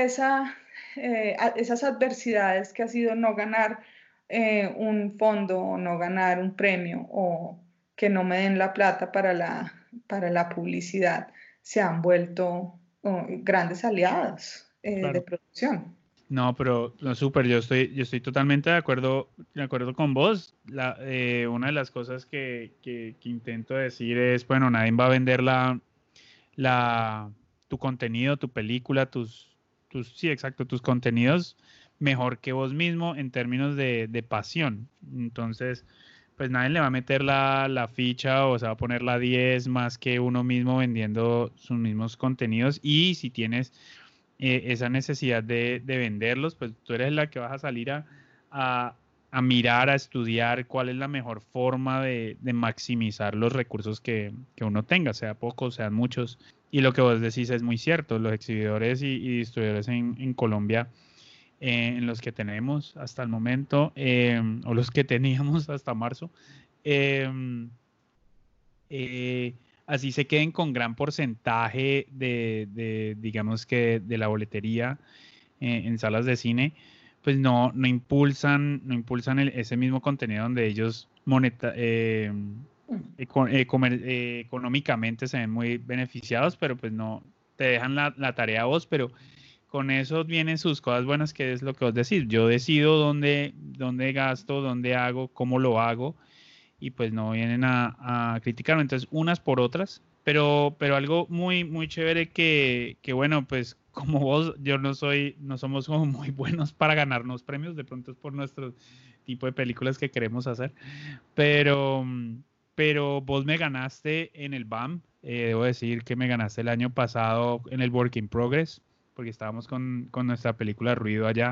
esas adversidades que ha sido no ganar un fondo o no ganar un premio o que no me den la plata para la publicidad se han vuelto grandes aliados de Claro. producción. No, pero no, súper, yo estoy totalmente de acuerdo con vos. Una de las cosas que intento decir es, bueno, nadie va a vender la, tu contenido, tu película, sí, exacto, tus contenidos mejor que vos mismo en términos de pasión. Entonces, pues nadie le va a meter la ficha o se va a poner la 10 más que uno mismo vendiendo sus mismos contenidos. Y si tienes esa necesidad de venderlos, pues tú eres la que vas a salir a, a mirar, a estudiar cuál es la mejor forma de maximizar los recursos que uno tenga, sea pocos, sean muchos. Y lo que vos decís es muy cierto, los exhibidores y distribuidores en Colombia, en los que tenemos hasta el momento, o los que teníamos hasta marzo, eh, eh, así se queden con gran porcentaje digamos que de la boletería en salas de cine, pues no impulsan ese mismo contenido donde ellos económicamente se ven muy beneficiados, pero pues no te dejan la tarea a vos, pero con eso vienen sus cosas buenas, que es lo que vos decís. Yo decido dónde gasto, dónde hago, cómo lo hago, y pues no vienen a criticarme. Entonces, unas por otras, pero algo muy, muy chévere que bueno, pues como vos, no somos como muy buenos para ganarnos premios, de pronto es por nuestro tipo de películas que queremos hacer, pero, pero vos me ganaste en el BAM, debo decir que me ganaste el año pasado en el Work in Progress, porque estábamos con nuestra película Ruido allá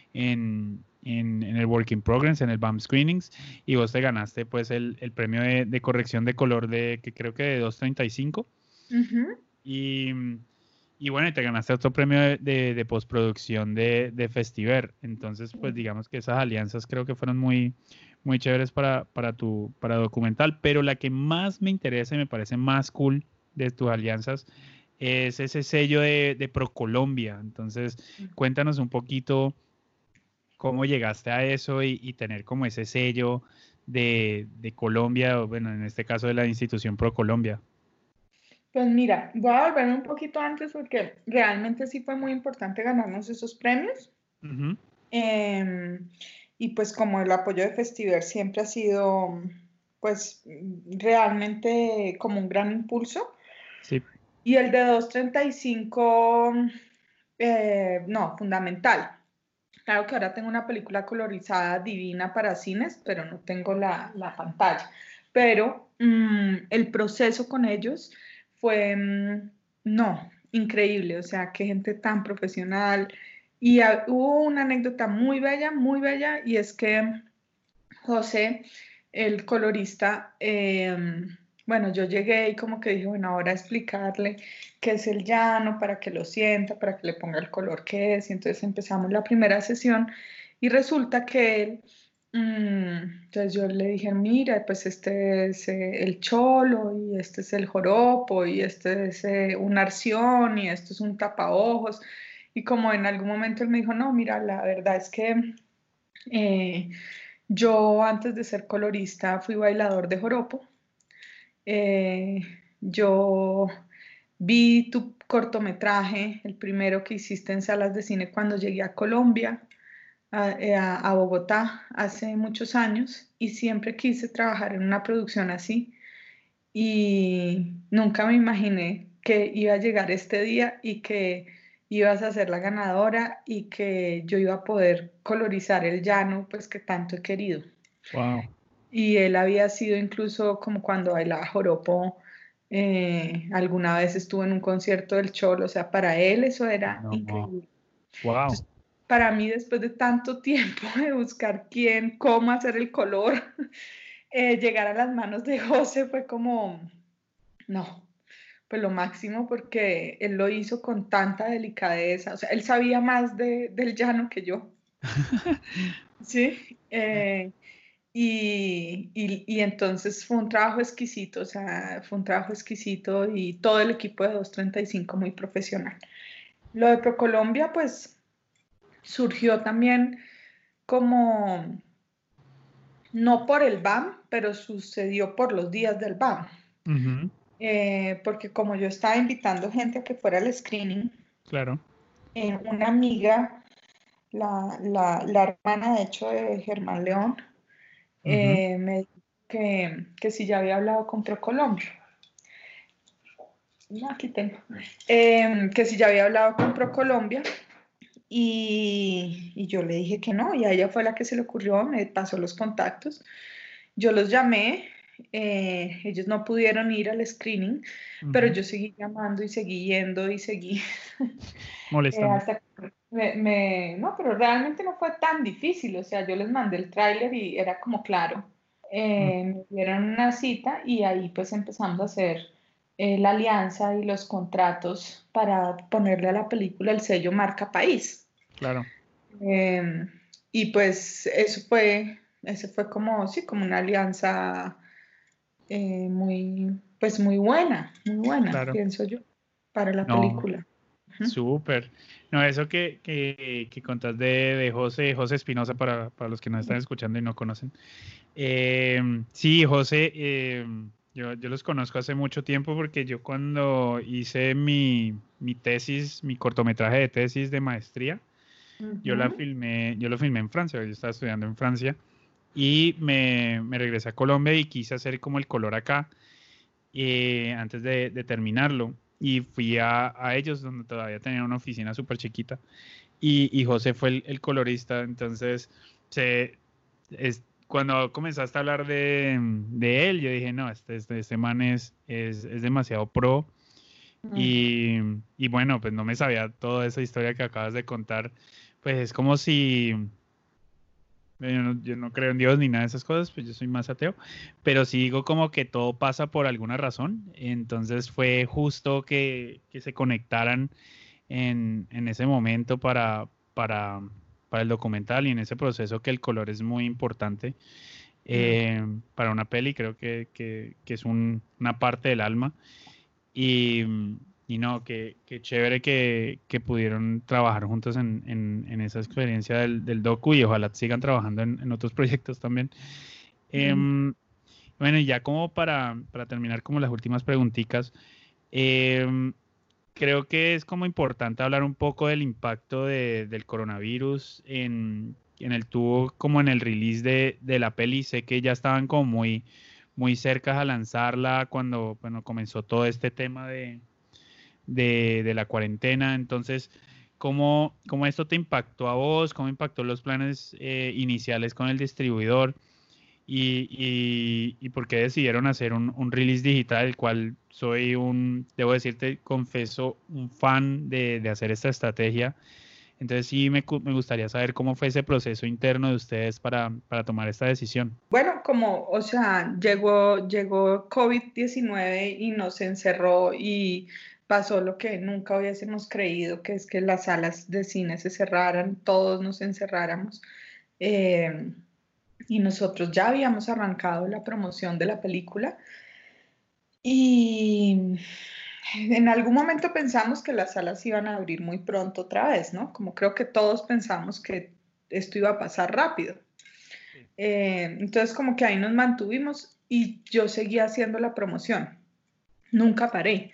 en el Work in Progress, en el BAM Screenings, y vos te ganaste pues el premio de corrección de color que creo que de 2.35. Ujú. Y, y bueno, y te ganaste otro premio de postproducción de Festiver. Entonces, pues digamos que esas alianzas creo que fueron muy, muy chéveres para documental, pero la que más me interesa y me parece más cool de tus alianzas es ese sello de ProColombia. Entonces, cuéntanos un poquito cómo llegaste a eso y tener como ese sello de Colombia, o bueno, en este caso de la institución ProColombia. Pues mira, voy a volver un poquito antes porque realmente sí fue muy importante ganarnos esos premios. Ujú. Em, y pues como el apoyo de Festiver siempre ha sido pues realmente como un gran impulso. Sí, Y el de 235 no, fundamental. Claro que ahora tengo una película colorizada divina para cines, pero no tengo la pantalla. Pero el proceso con ellos fue, no, increíble. O sea, qué gente tan profesional. Y hubo una anécdota muy bella, y es que José, el colorista, bueno, yo llegué y como que dije, bueno, ahora explicarle qué es el llano, para que lo sienta, para que le ponga el color que es. Y entonces empezamos la primera sesión y resulta que él, entonces yo le dije, mira, pues este es el cholo y este es el joropo y este es un arción y esto es un tapaojos. Y como en algún momento él me dijo, no, mira, la verdad es que eh, yo antes de ser colorista fui bailador de joropo. Eh, yo vi tu cortometraje, el primero que hiciste en salas de cine cuando llegué a Colombia, a Bogotá, hace muchos años, y siempre quise trabajar en una producción así. Y nunca me imaginé que iba a llegar este día y que ibas a ser la ganadora y que yo iba a poder colorizar el llano, pues que tanto he querido. wow. Y él había sido incluso como cuando bailaba joropo, alguna vez estuvo en un concierto del Cholo, o sea, para él eso era No, increíble. wow. Entonces, para mí, después de tanto tiempo de buscar quién, cómo hacer el color, llegar a las manos de José fue como, no, pues lo máximo porque él lo hizo con tanta delicadeza, o sea, él sabía más del llano que yo, ¿sí? Y entonces fue un trabajo exquisito, o sea, fue un trabajo exquisito y todo el equipo de 235 muy profesional. Lo de ProColombia, pues surgió también como, no por el BAM, pero sucedió por los días del BAM. Ujú, Porque como yo estaba invitando gente a que fuera al screening, claro. una amiga, la hermana de hecho de Germán León, Ujú. me dijo que si ya había hablado con ProColombia. No, aquí tengo. Que si ya había hablado con ProColombia y yo le dije que no, y a ella fue la que se le ocurrió, me pasó los contactos. Yo los llamé, ellos no pudieron ir al screening, pero Ujú. yo seguí llamando y seguí yendo y seguí Molestando. hasta que no, pero realmente no fue tan difícil, o sea, yo les mandé el tráiler y era como claro. Mm, Me dieron una cita y ahí pues empezamos a hacer la alianza y los contratos para ponerle a la película el sello marca país. claro. Eh, y pues eso fue como, sí, como una alianza muy buena, Claro. pienso yo, para la No, película. Ujú. súper. No, eso que contás de José Espinosa para los que nos están escuchando y no conocen. Sí, José, yo los conozco hace mucho tiempo porque yo cuando hice mi tesis, mi cortometraje de tesis de maestría, Ujú. yo lo filmé en Francia, yo estaba estudiando en Francia y me regresé a Colombia y quise hacer como el color acá antes de terminarlo. Y fui a ellos donde todavía tenían una oficina súper chiquita y José fue el colorista, entonces cuando comenzaste a hablar de él, yo dije, no, este man es demasiado pro Mm. y, y bueno, pues no me sabía toda esa historia que acabas de contar, pues es como si yo no creo en Dios ni nada de esas cosas, pues yo soy más ateo, pero sí digo como que todo pasa por alguna razón, entonces fue justo que se conectaran en ese momento para el documental y en ese proceso que el color es muy importante Mm. para una peli, creo que es una parte del alma. Y, y no, que chévere que pudieron trabajar juntos en esa experiencia del docu y ojalá sigan trabajando en otros proyectos también. Mm. Em, bueno, y ya como para terminar como las últimas preguntitas, em, creo que es como importante hablar un poco del impacto del coronavirus en el tubo, como en el release de la peli. Sé que ya estaban como muy cerca a lanzarla cuando, bueno, comenzó todo este tema de la cuarentena. Entonces, ¿cómo esto te impactó a vos? ¿Cómo impactó los planes iniciales con el distribuidor? Y por qué decidieron hacer un release digital, el cual debo decirte, confeso, un fan de hacer esta estrategia. Entonces sí me gustaría saber cómo fue ese proceso interno de ustedes para tomar esta decisión. Bueno, o sea, llegó COVID-19 y nos encerró y pasó lo que nunca hubiésemos creído, que es que las salas de cine se cerraran, todos nos encerráramos. Eh, y nosotros ya habíamos arrancado la promoción de la película y en algún momento pensamos que las salas iban a abrir muy pronto otra vez, ¿no? Como creo que todos pensamos que esto iba a pasar rápido. Sí. Entonces como que ahí nos mantuvimos y yo seguía haciendo la promoción, nunca paré.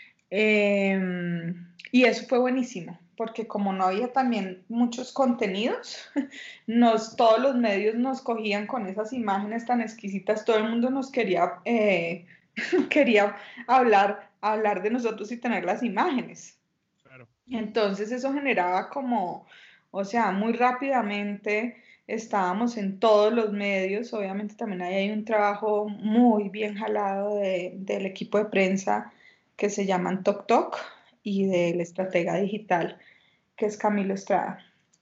Y eso fue buenísimo, porque como no había también muchos contenidos, todos los medios nos cogían con esas imágenes tan exquisitas, todo el mundo nos quería, quería hablar de nosotros y tener las imágenes. Claro. Entonces eso generaba como, o sea, muy rápidamente estábamos en todos los medios, obviamente también ahí hay un trabajo muy bien jalado del equipo de prensa que se llaman Tok Tok y Ujú. del estratega digital que es Camilo Estrada.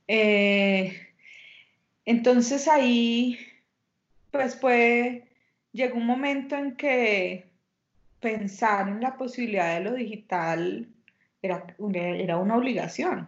Entonces ahí pues llegó un momento en que pensar en la posibilidad de lo digital era una obligación.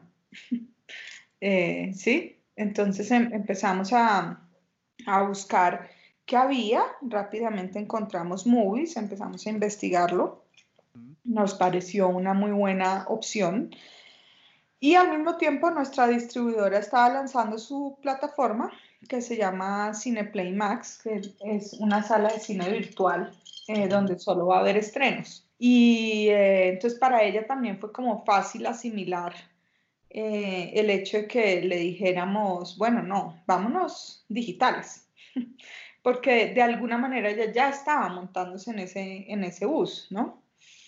¿Sí? Entonces empezamos a buscar qué había, rápidamente encontramos Movies, empezamos a investigarlo, Ujú. nos pareció una muy buena opción y al mismo tiempo nuestra distribuidora estaba lanzando su plataforma que se llama Cineplay Max, que es una sala de cine virtual Ujú. donde solo va a haber estrenos. Y entonces para ella también fue como fácil asimilar el hecho de que le dijéramos, bueno, no, vámonos digitales, porque de alguna manera ella ya estaba montándose en ese bus, ¿no?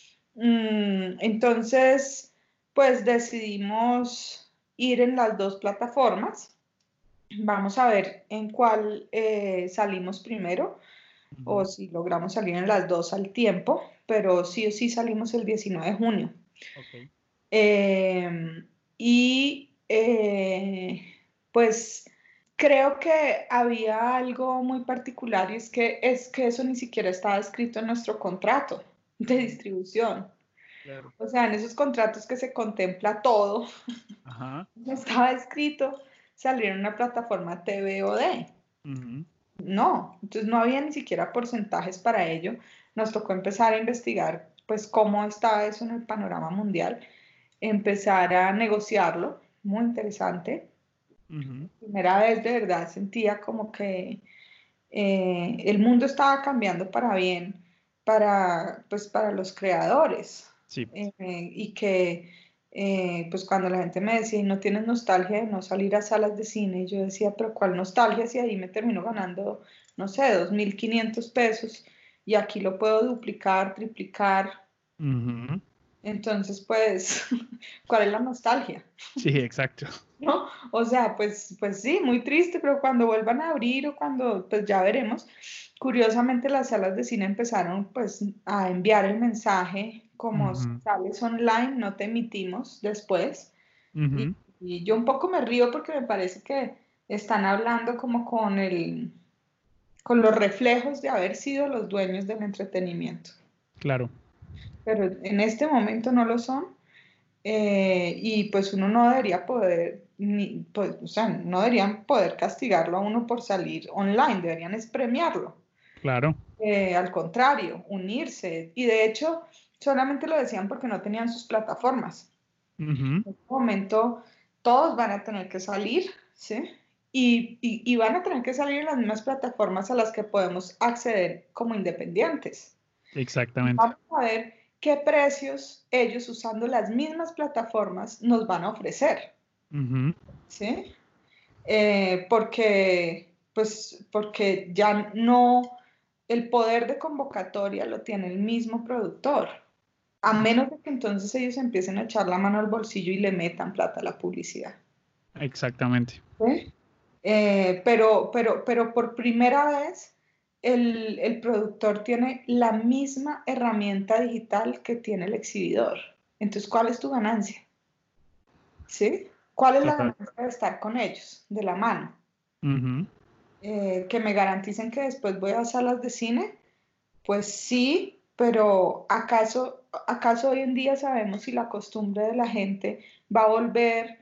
Entonces, pues decidimos ir en las dos plataformas. Vamos a ver en cuál salimos primero o Ujú. si logramos salir en las dos al tiempo, pero sí o sí salimos el 19 de junio. Ok. Eh, y pues creo que había algo muy particular y es que eso ni siquiera estaba escrito en nuestro contrato de Ujú. distribución. Claro. O sea, en esos contratos que se contempla todo, Ajá. no estaba escrito salir en una plataforma TVOD. Ujú. no, entonces no había ni siquiera porcentajes para ello. Nos tocó empezar a investigar pues cómo estaba eso en el panorama mundial, empezar a negociarlo, muy interesante. Primera vez de verdad sentía como que el mundo estaba cambiando para bien pues, para los creadores. Sí, Y que pues cuando la gente me decía, ¿y no tienes nostalgia de no salir a salas de cine? Y yo decía, pero ¿cuál nostalgia si ahí me termino ganando, no sé, 2.500 pesos y aquí lo puedo duplicar, triplicar? ujú, Entonces, pues, ¿cuál es la nostalgia? sí, exacto. ¿No? O sea, pues sí, muy triste, pero cuando vuelvan a abrir o cuando, pues ya veremos. Curiosamente, las salas de cine empezaron pues a enviar el mensaje como si Ujú, sales online, no te emitimos después. Y, ujú, y yo un poco me río porque me parece que están hablando como con los reflejos de haber sido los dueños del entretenimiento. claro, Pero en este momento no lo son. Y pues uno no debería poder, pues, o sea, no deberían poder castigarlo a uno por salir online, deberían es premiarlo. claro. Al contrario, unirse. Y de hecho, solamente lo decían porque no tenían sus plataformas. Ujú, En este momento, todos van a tener que salir, ¿sí? Y van a tener que salir en las mismas plataformas a las que podemos acceder como independientes. Y exactamente. vamos a ver qué precios ellos usando las mismas plataformas nos van a ofrecer, Ujú, ¿sí? Porque ya no, el poder de convocatoria lo tiene el mismo productor, a menos de que entonces ellos empiecen a echar la mano al bolsillo y le metan plata a la publicidad, exactamente. ¿sí? Pero por primera vez el productor tiene la misma herramienta digital que tiene el exhibidor. Entonces, ¿cuál es tu ganancia? ¿Sí? ¿Cuál es la Total. ganancia de estar con ellos, de la mano? Ujú, Que me garanticen que después voy a salas de cine, pues sí, pero ¿acaso hoy en día sabemos si la costumbre de la gente va a volver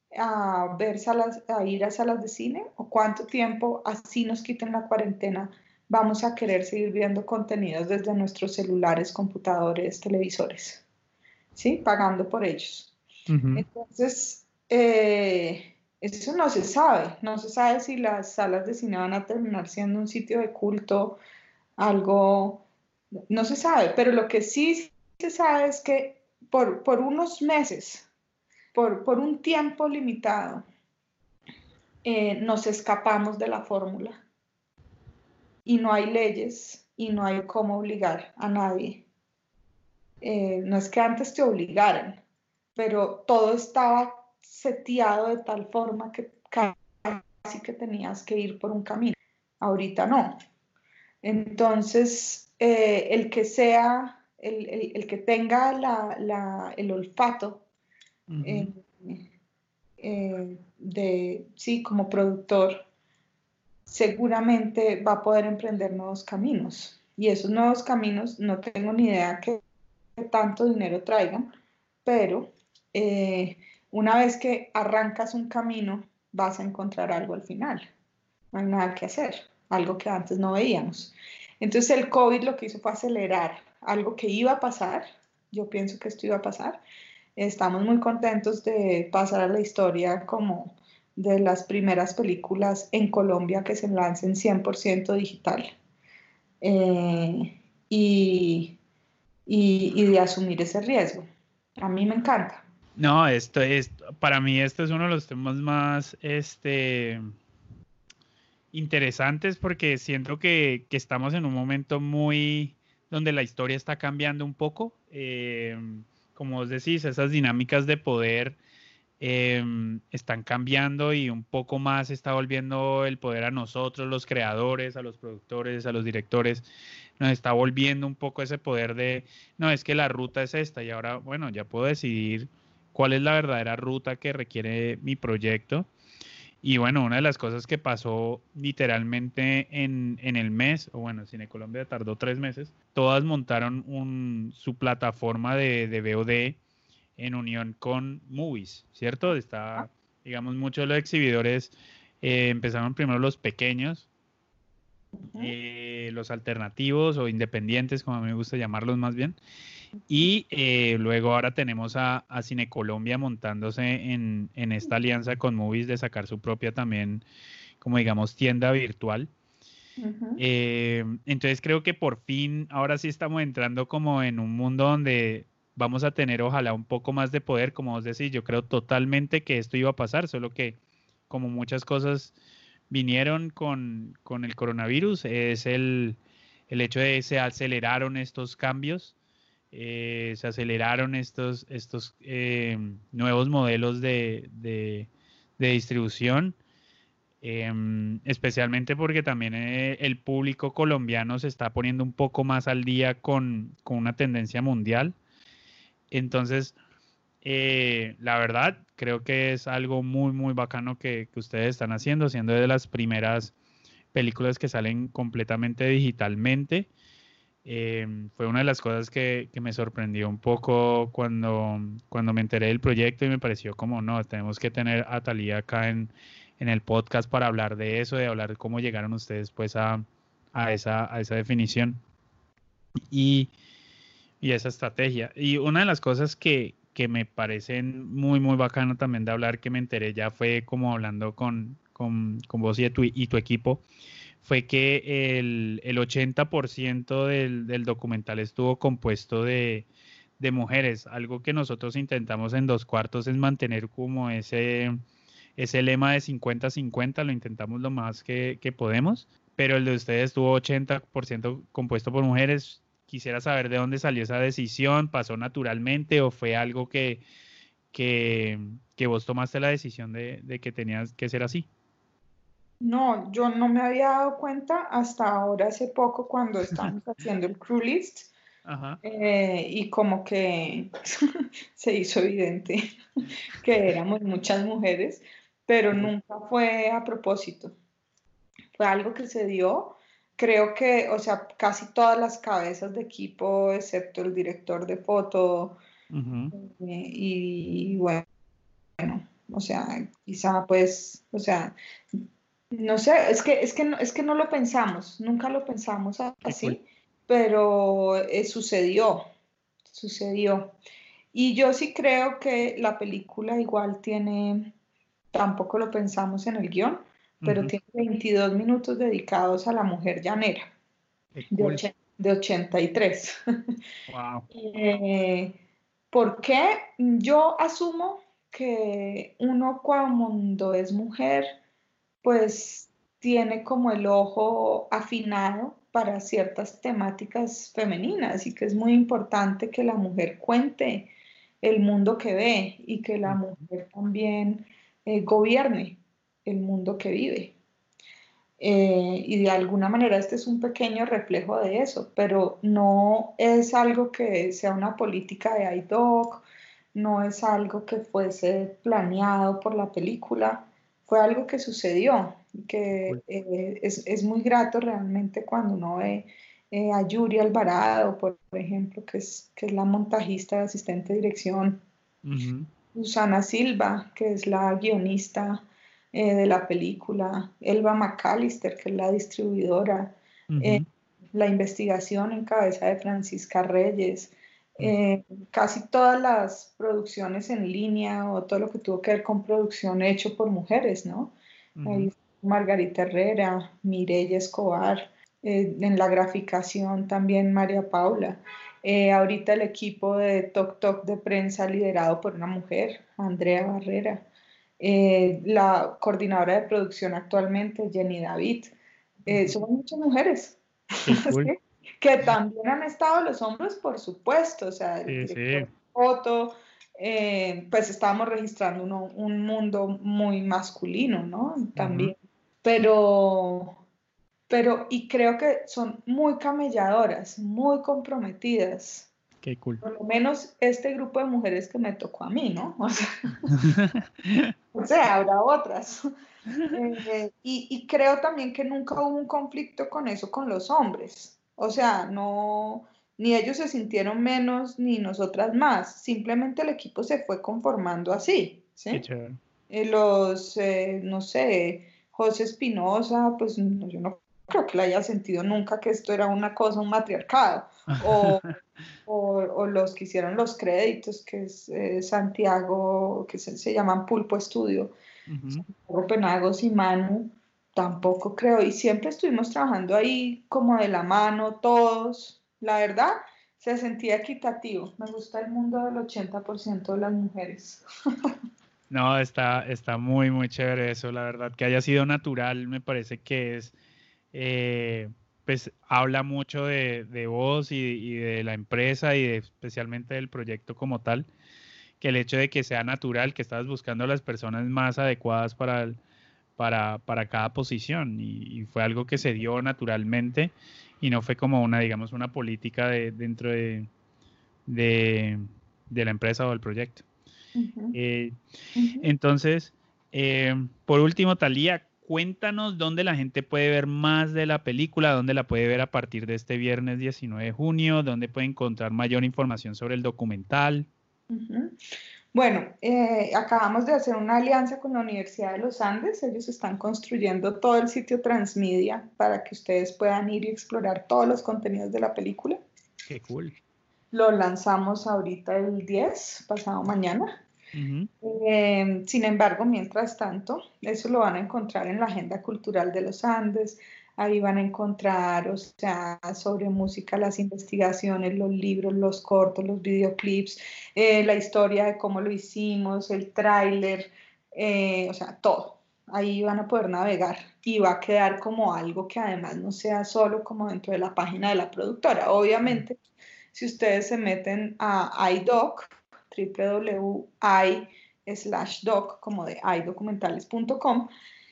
a ir a salas de cine? ¿O cuánto tiempo, así nos quiten la cuarentena, vamos a querer seguir viendo contenidos desde nuestros celulares, computadores, televisores? ¿Sí? Pagando por ellos. ujú. Entonces, eso no se sabe si las salas de cine van a terminar siendo un sitio de culto, algo, no se sabe, pero lo que sí se sabe es que por unos meses, por un tiempo limitado, nos escapamos de la fórmula y no hay leyes y no hay cómo obligar a nadie. No es que antes te obligaran, pero todo estaba seteado de tal forma que casi que tenías que ir por un camino. Ahorita no. Entonces, el que tenga el olfato Ujú, eh, sí, como productor, seguramente va a poder emprender nuevos caminos. Y esos nuevos caminos, no tengo ni idea qué tanto dinero traigan, pero eh, una vez que arrancas un camino, vas a encontrar algo al final. No hay nada que hacer, algo que antes no veíamos. Entonces el COVID lo que hizo fue acelerar algo que iba a pasar. Yo pienso que esto iba a pasar. Estamos muy contentos de pasar a la historia como de las primeras películas en Colombia que se lancen 100% digital. Eh, y, y de asumir ese riesgo. A mí me encanta. no, para mí este es uno de los temas más, interesantes porque siento que estamos en un momento muy donde la historia está cambiando un poco. Como vos decís, esas dinámicas de poder están cambiando y un poco más está volviendo el poder a nosotros, los creadores, a los productores, a los directores. Nos está volviendo un poco ese poder de, no, es que la ruta es esta y ahora, bueno, ya puedo decidir cuál es la verdadera ruta que requiere mi proyecto. Y bueno, una de las cosas que pasó literalmente en el mes, o bueno, Cine Colombia tardó 3 meses, todas montaron su plataforma de VOD en unión con Movies, ¿cierto? Digamos, muchos de los exhibidores empezaron primero los pequeños, los alternativos o independientes, como a mí me gusta llamarlos más bien. Y luego ahora tenemos a Cine Colombia montándose en esta alianza con Movies de sacar su propia también, como digamos, tienda virtual. Entonces creo que por fin ahora sí estamos entrando como en un mundo donde vamos a tener ojalá un poco más de poder, como vos decís. Yo creo totalmente que esto iba a pasar, solo que como muchas cosas vinieron con el coronavirus, es el hecho de que se aceleraron estos cambios, se aceleraron estos nuevos modelos de distribución. Especialmente porque también el público colombiano se está poniendo un poco más al día con una tendencia mundial. Entonces, la verdad, creo que es algo muy, muy bacano que ustedes están haciendo, siendo de las primeras películas que salen completamente digitalmente. Fue una de las cosas que me sorprendió un poco cuando me enteré del proyecto y me pareció como, no, tenemos que tener a Thalía acá en el podcast para hablar de eso, de hablar de cómo llegaron ustedes pues a esa definición y esa estrategia. Y una de las cosas que me parecen muy, muy bacano también de hablar, que me enteré ya fue como hablando con vos y tu equipo, fue que el 80% del documental estuvo compuesto de mujeres. Algo que nosotros intentamos en Dos Cuartos es mantener como ese lema de 50-50, lo intentamos lo más que podemos, pero el de ustedes estuvo 80% compuesto por mujeres. Quisiera saber de dónde salió esa decisión, ¿pasó naturalmente o fue algo que, que vos tomaste la decisión de que tenías que ser así? No, yo no me había dado cuenta hasta ahora, hace poco, cuando estábamos haciendo el crew list, Ajá. y como que se hizo evidente que éramos muchas mujeres, pero nunca fue a propósito. Fue algo que se dio. Creo que, o sea, casi todas las cabezas de equipo, excepto el director de foto, Ujú. y bueno, o sea, quizá pues, o sea, no sé, es que no lo pensamos, nunca lo pensamos Qué cool. así, pero sucedió. Y yo sí creo que la película igual tiene, tampoco lo pensamos en el guión, pero Ujú. tiene 22 minutos dedicados a la mujer llanera Qué de, cool. de 83. Wow. Eh, ¿Por qué? Yo asumo que uno cuando es mujer, pues tiene como el ojo afinado para ciertas temáticas femeninas y que es muy importante que la mujer cuente el mundo que ve y que la mujer también gobierne el mundo que vive. Y de alguna manera este es un pequeño reflejo de eso, pero no es algo que sea una política de IDOC, no es algo que fuese planeado por la película, fue algo que sucedió, Qué que cool. es muy grato realmente cuando uno ve a Yuri Alvarado, por ejemplo, que es la montajista, asistente de dirección, Ujú. Susana Silva, que es la guionista de la película, Elba McAllister, que es la distribuidora, eh, Ujú. la investigación en cabeza de Francisca Reyes, Ujú. casi todas las producciones en línea o todo lo que tuvo que ver con producción hecho por mujeres, ¿no? Ujú. Ahí Margarita Herrera, Mireya Escobar, en la graficación también María Paula. Ahorita el equipo de Toc Toc de prensa liderado por una mujer, Andrea Barrera. La coordinadora de producción actualmente, Jenny David. Ujú. Somos muchas mujeres. Qué cool. ¿Sí? Que también han estado los hombres, por supuesto. O sea, el Sí, director sí. de foto, pues estábamos registrando un mundo muy masculino, ¿no? Ujú. También. Pero y creo que son muy camelladoras, muy comprometidas. Qué cool. Por lo menos este grupo de mujeres que me tocó a mí, ¿no? O sea, habrá otras. Y creo también que nunca hubo un conflicto con eso con los hombres. O sea, no, ni ellos se sintieron menos, ni nosotras más. Simplemente el equipo se fue conformando así, Qué ¿sí? chévere. No sé, José Espinosa, pues yo no creo que la haya sentido nunca que esto era una cosa, un matriarcado, o, o los que hicieron los créditos, que es Santiago, que se llaman Pulpo Estudio, Santiago Penagos y Manu, tampoco creo, y siempre estuvimos trabajando ahí como de la mano todos, la verdad, se sentía equitativo, me gusta el mundo del 80% de las mujeres. No, está muy, muy chévere eso, la verdad, que haya sido natural, me parece que es, pues habla mucho de vos y de la empresa y especialmente del proyecto como tal, que el hecho de que sea natural, que estabas buscando a las personas más adecuadas para cada posición y fue algo que se dio naturalmente y no fue como una, digamos, una política dentro de, de la empresa o del proyecto. Uh-huh. Eh, Uh-huh. entonces, por último, Thalía, cuéntanos dónde la gente puede ver más de la película, dónde la puede ver a partir de este viernes 19 de junio, dónde puede encontrar mayor información sobre el documental. Uh-huh. Bueno, acabamos de hacer una alianza con la Universidad de los Andes. Ellos están construyendo todo el sitio Transmedia para que ustedes puedan ir y explorar todos los contenidos de la película. Qué cool. Lo lanzamos ahorita el 10, pasado mañana. Uh-huh. Sin embargo, mientras tanto, eso lo van a encontrar en la Agenda Cultural de los Andes. Ahí van a encontrar, o sea, sobre música, las investigaciones, los libros, los cortos, los videoclips, la historia de cómo lo hicimos, el tráiler, o sea, todo. Ahí van a poder navegar y va a quedar como algo que además no sea solo como dentro de la página de la productora. Obviamente, si ustedes se meten a iDoc, www.i/doc, como de idocumentales.com,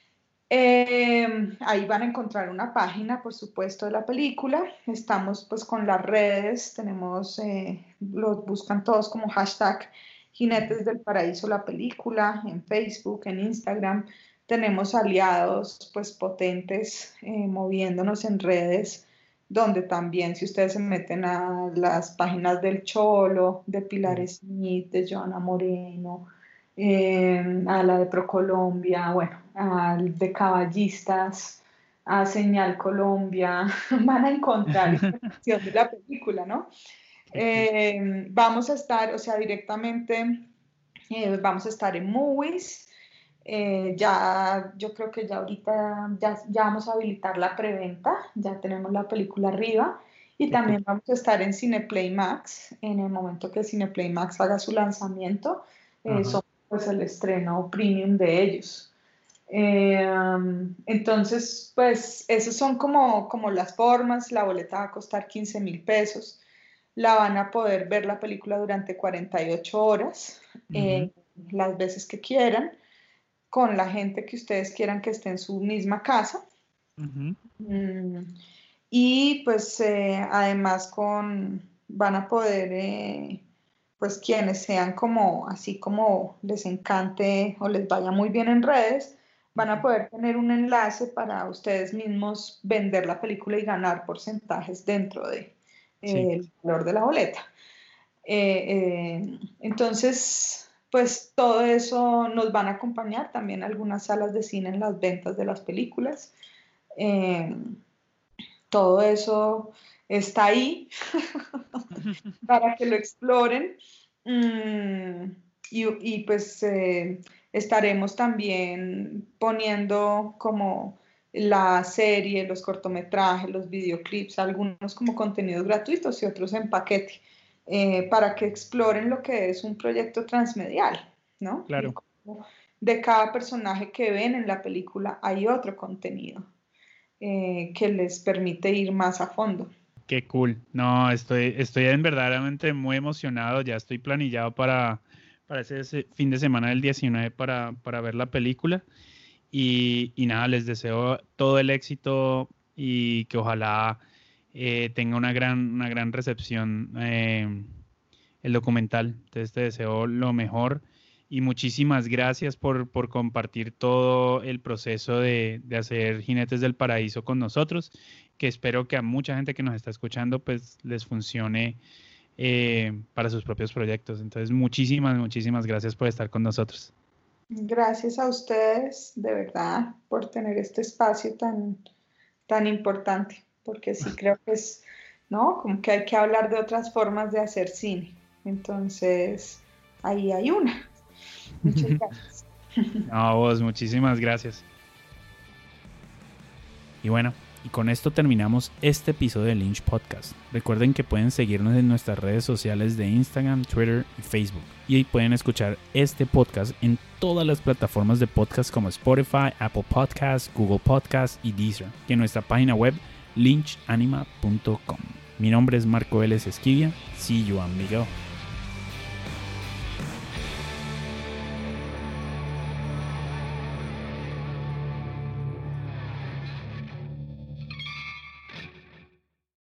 ahí van a encontrar una página, por supuesto, de la película. Estamos pues con las redes, tenemos, los buscan todos como hashtag Jinetes del Paraíso la película, en Facebook, en Instagram. Tenemos aliados pues potentes moviéndonos en redes, donde también si ustedes se meten a las páginas del Cholo, de Pilar Smith, de Joana Moreno, a la de ProColombia, bueno, al de Caballistas, a Señal Colombia, van a encontrar información de la película, ¿no? Vamos a estar, o sea, directamente vamos a estar en Movies. Ya, yo creo que ya ahorita ya vamos a habilitar la preventa, ya tenemos la película arriba y también vamos a estar en Cineplay Max en el momento que Cineplay Max haga su lanzamiento. Somos pues el estreno premium de ellos. Entonces, pues, esas son como las formas. La boleta va a costar 15,000 pesos. La van a poder ver la película durante 48 horas, las veces que quieran, con la gente que ustedes quieran que esté en su misma casa. Y pues además van a poder, pues quienes sean como, así como les encante o les vaya muy bien en redes, van a poder tener un enlace para ustedes mismos vender la película y ganar porcentajes dentro de, el valor de la boleta. Entonces, pues todo eso nos van a acompañar también algunas salas de cine en las ventas de las películas. Todo eso está ahí para que lo exploren. Y pues estaremos también poniendo como la serie, los cortometrajes, los videoclips, algunos como contenidos gratuitos y otros en paquete, para que exploren lo que es un proyecto transmedial, ¿no? Claro. Y como de cada personaje que ven en la película hay otro contenido que les permite ir más a fondo. Qué cool. No, estoy en verdaderamente muy emocionado. Ya estoy planillado para ese fin de semana del 19 para ver la película. Y nada, les deseo todo el éxito y que ojalá tenga una gran recepción el documental. Entonces te deseo lo mejor y muchísimas gracias por compartir todo el proceso de hacer Jinetes del Paraíso con nosotros, que espero que a mucha gente que nos está escuchando pues les funcione para sus propios proyectos. Entonces muchísimas gracias por estar con nosotros. Gracias a ustedes, de verdad, por tener este espacio tan importante, porque sí creo que es, ¿no? Como que hay que hablar de otras formas de hacer cine. Entonces, ahí hay una. Muchas gracias. A vos, muchísimas gracias. Y bueno, y con esto terminamos este episodio de Lynch Podcast. Recuerden que pueden seguirnos en nuestras redes sociales de Instagram, Twitter y Facebook. Y ahí pueden escuchar este podcast en todas las plataformas de podcast como Spotify, Apple Podcasts, Google Podcasts y Deezer. Y en nuestra página web lynchanima.com. Mi nombre es Marco Vélez Esquivia. See you, amigo.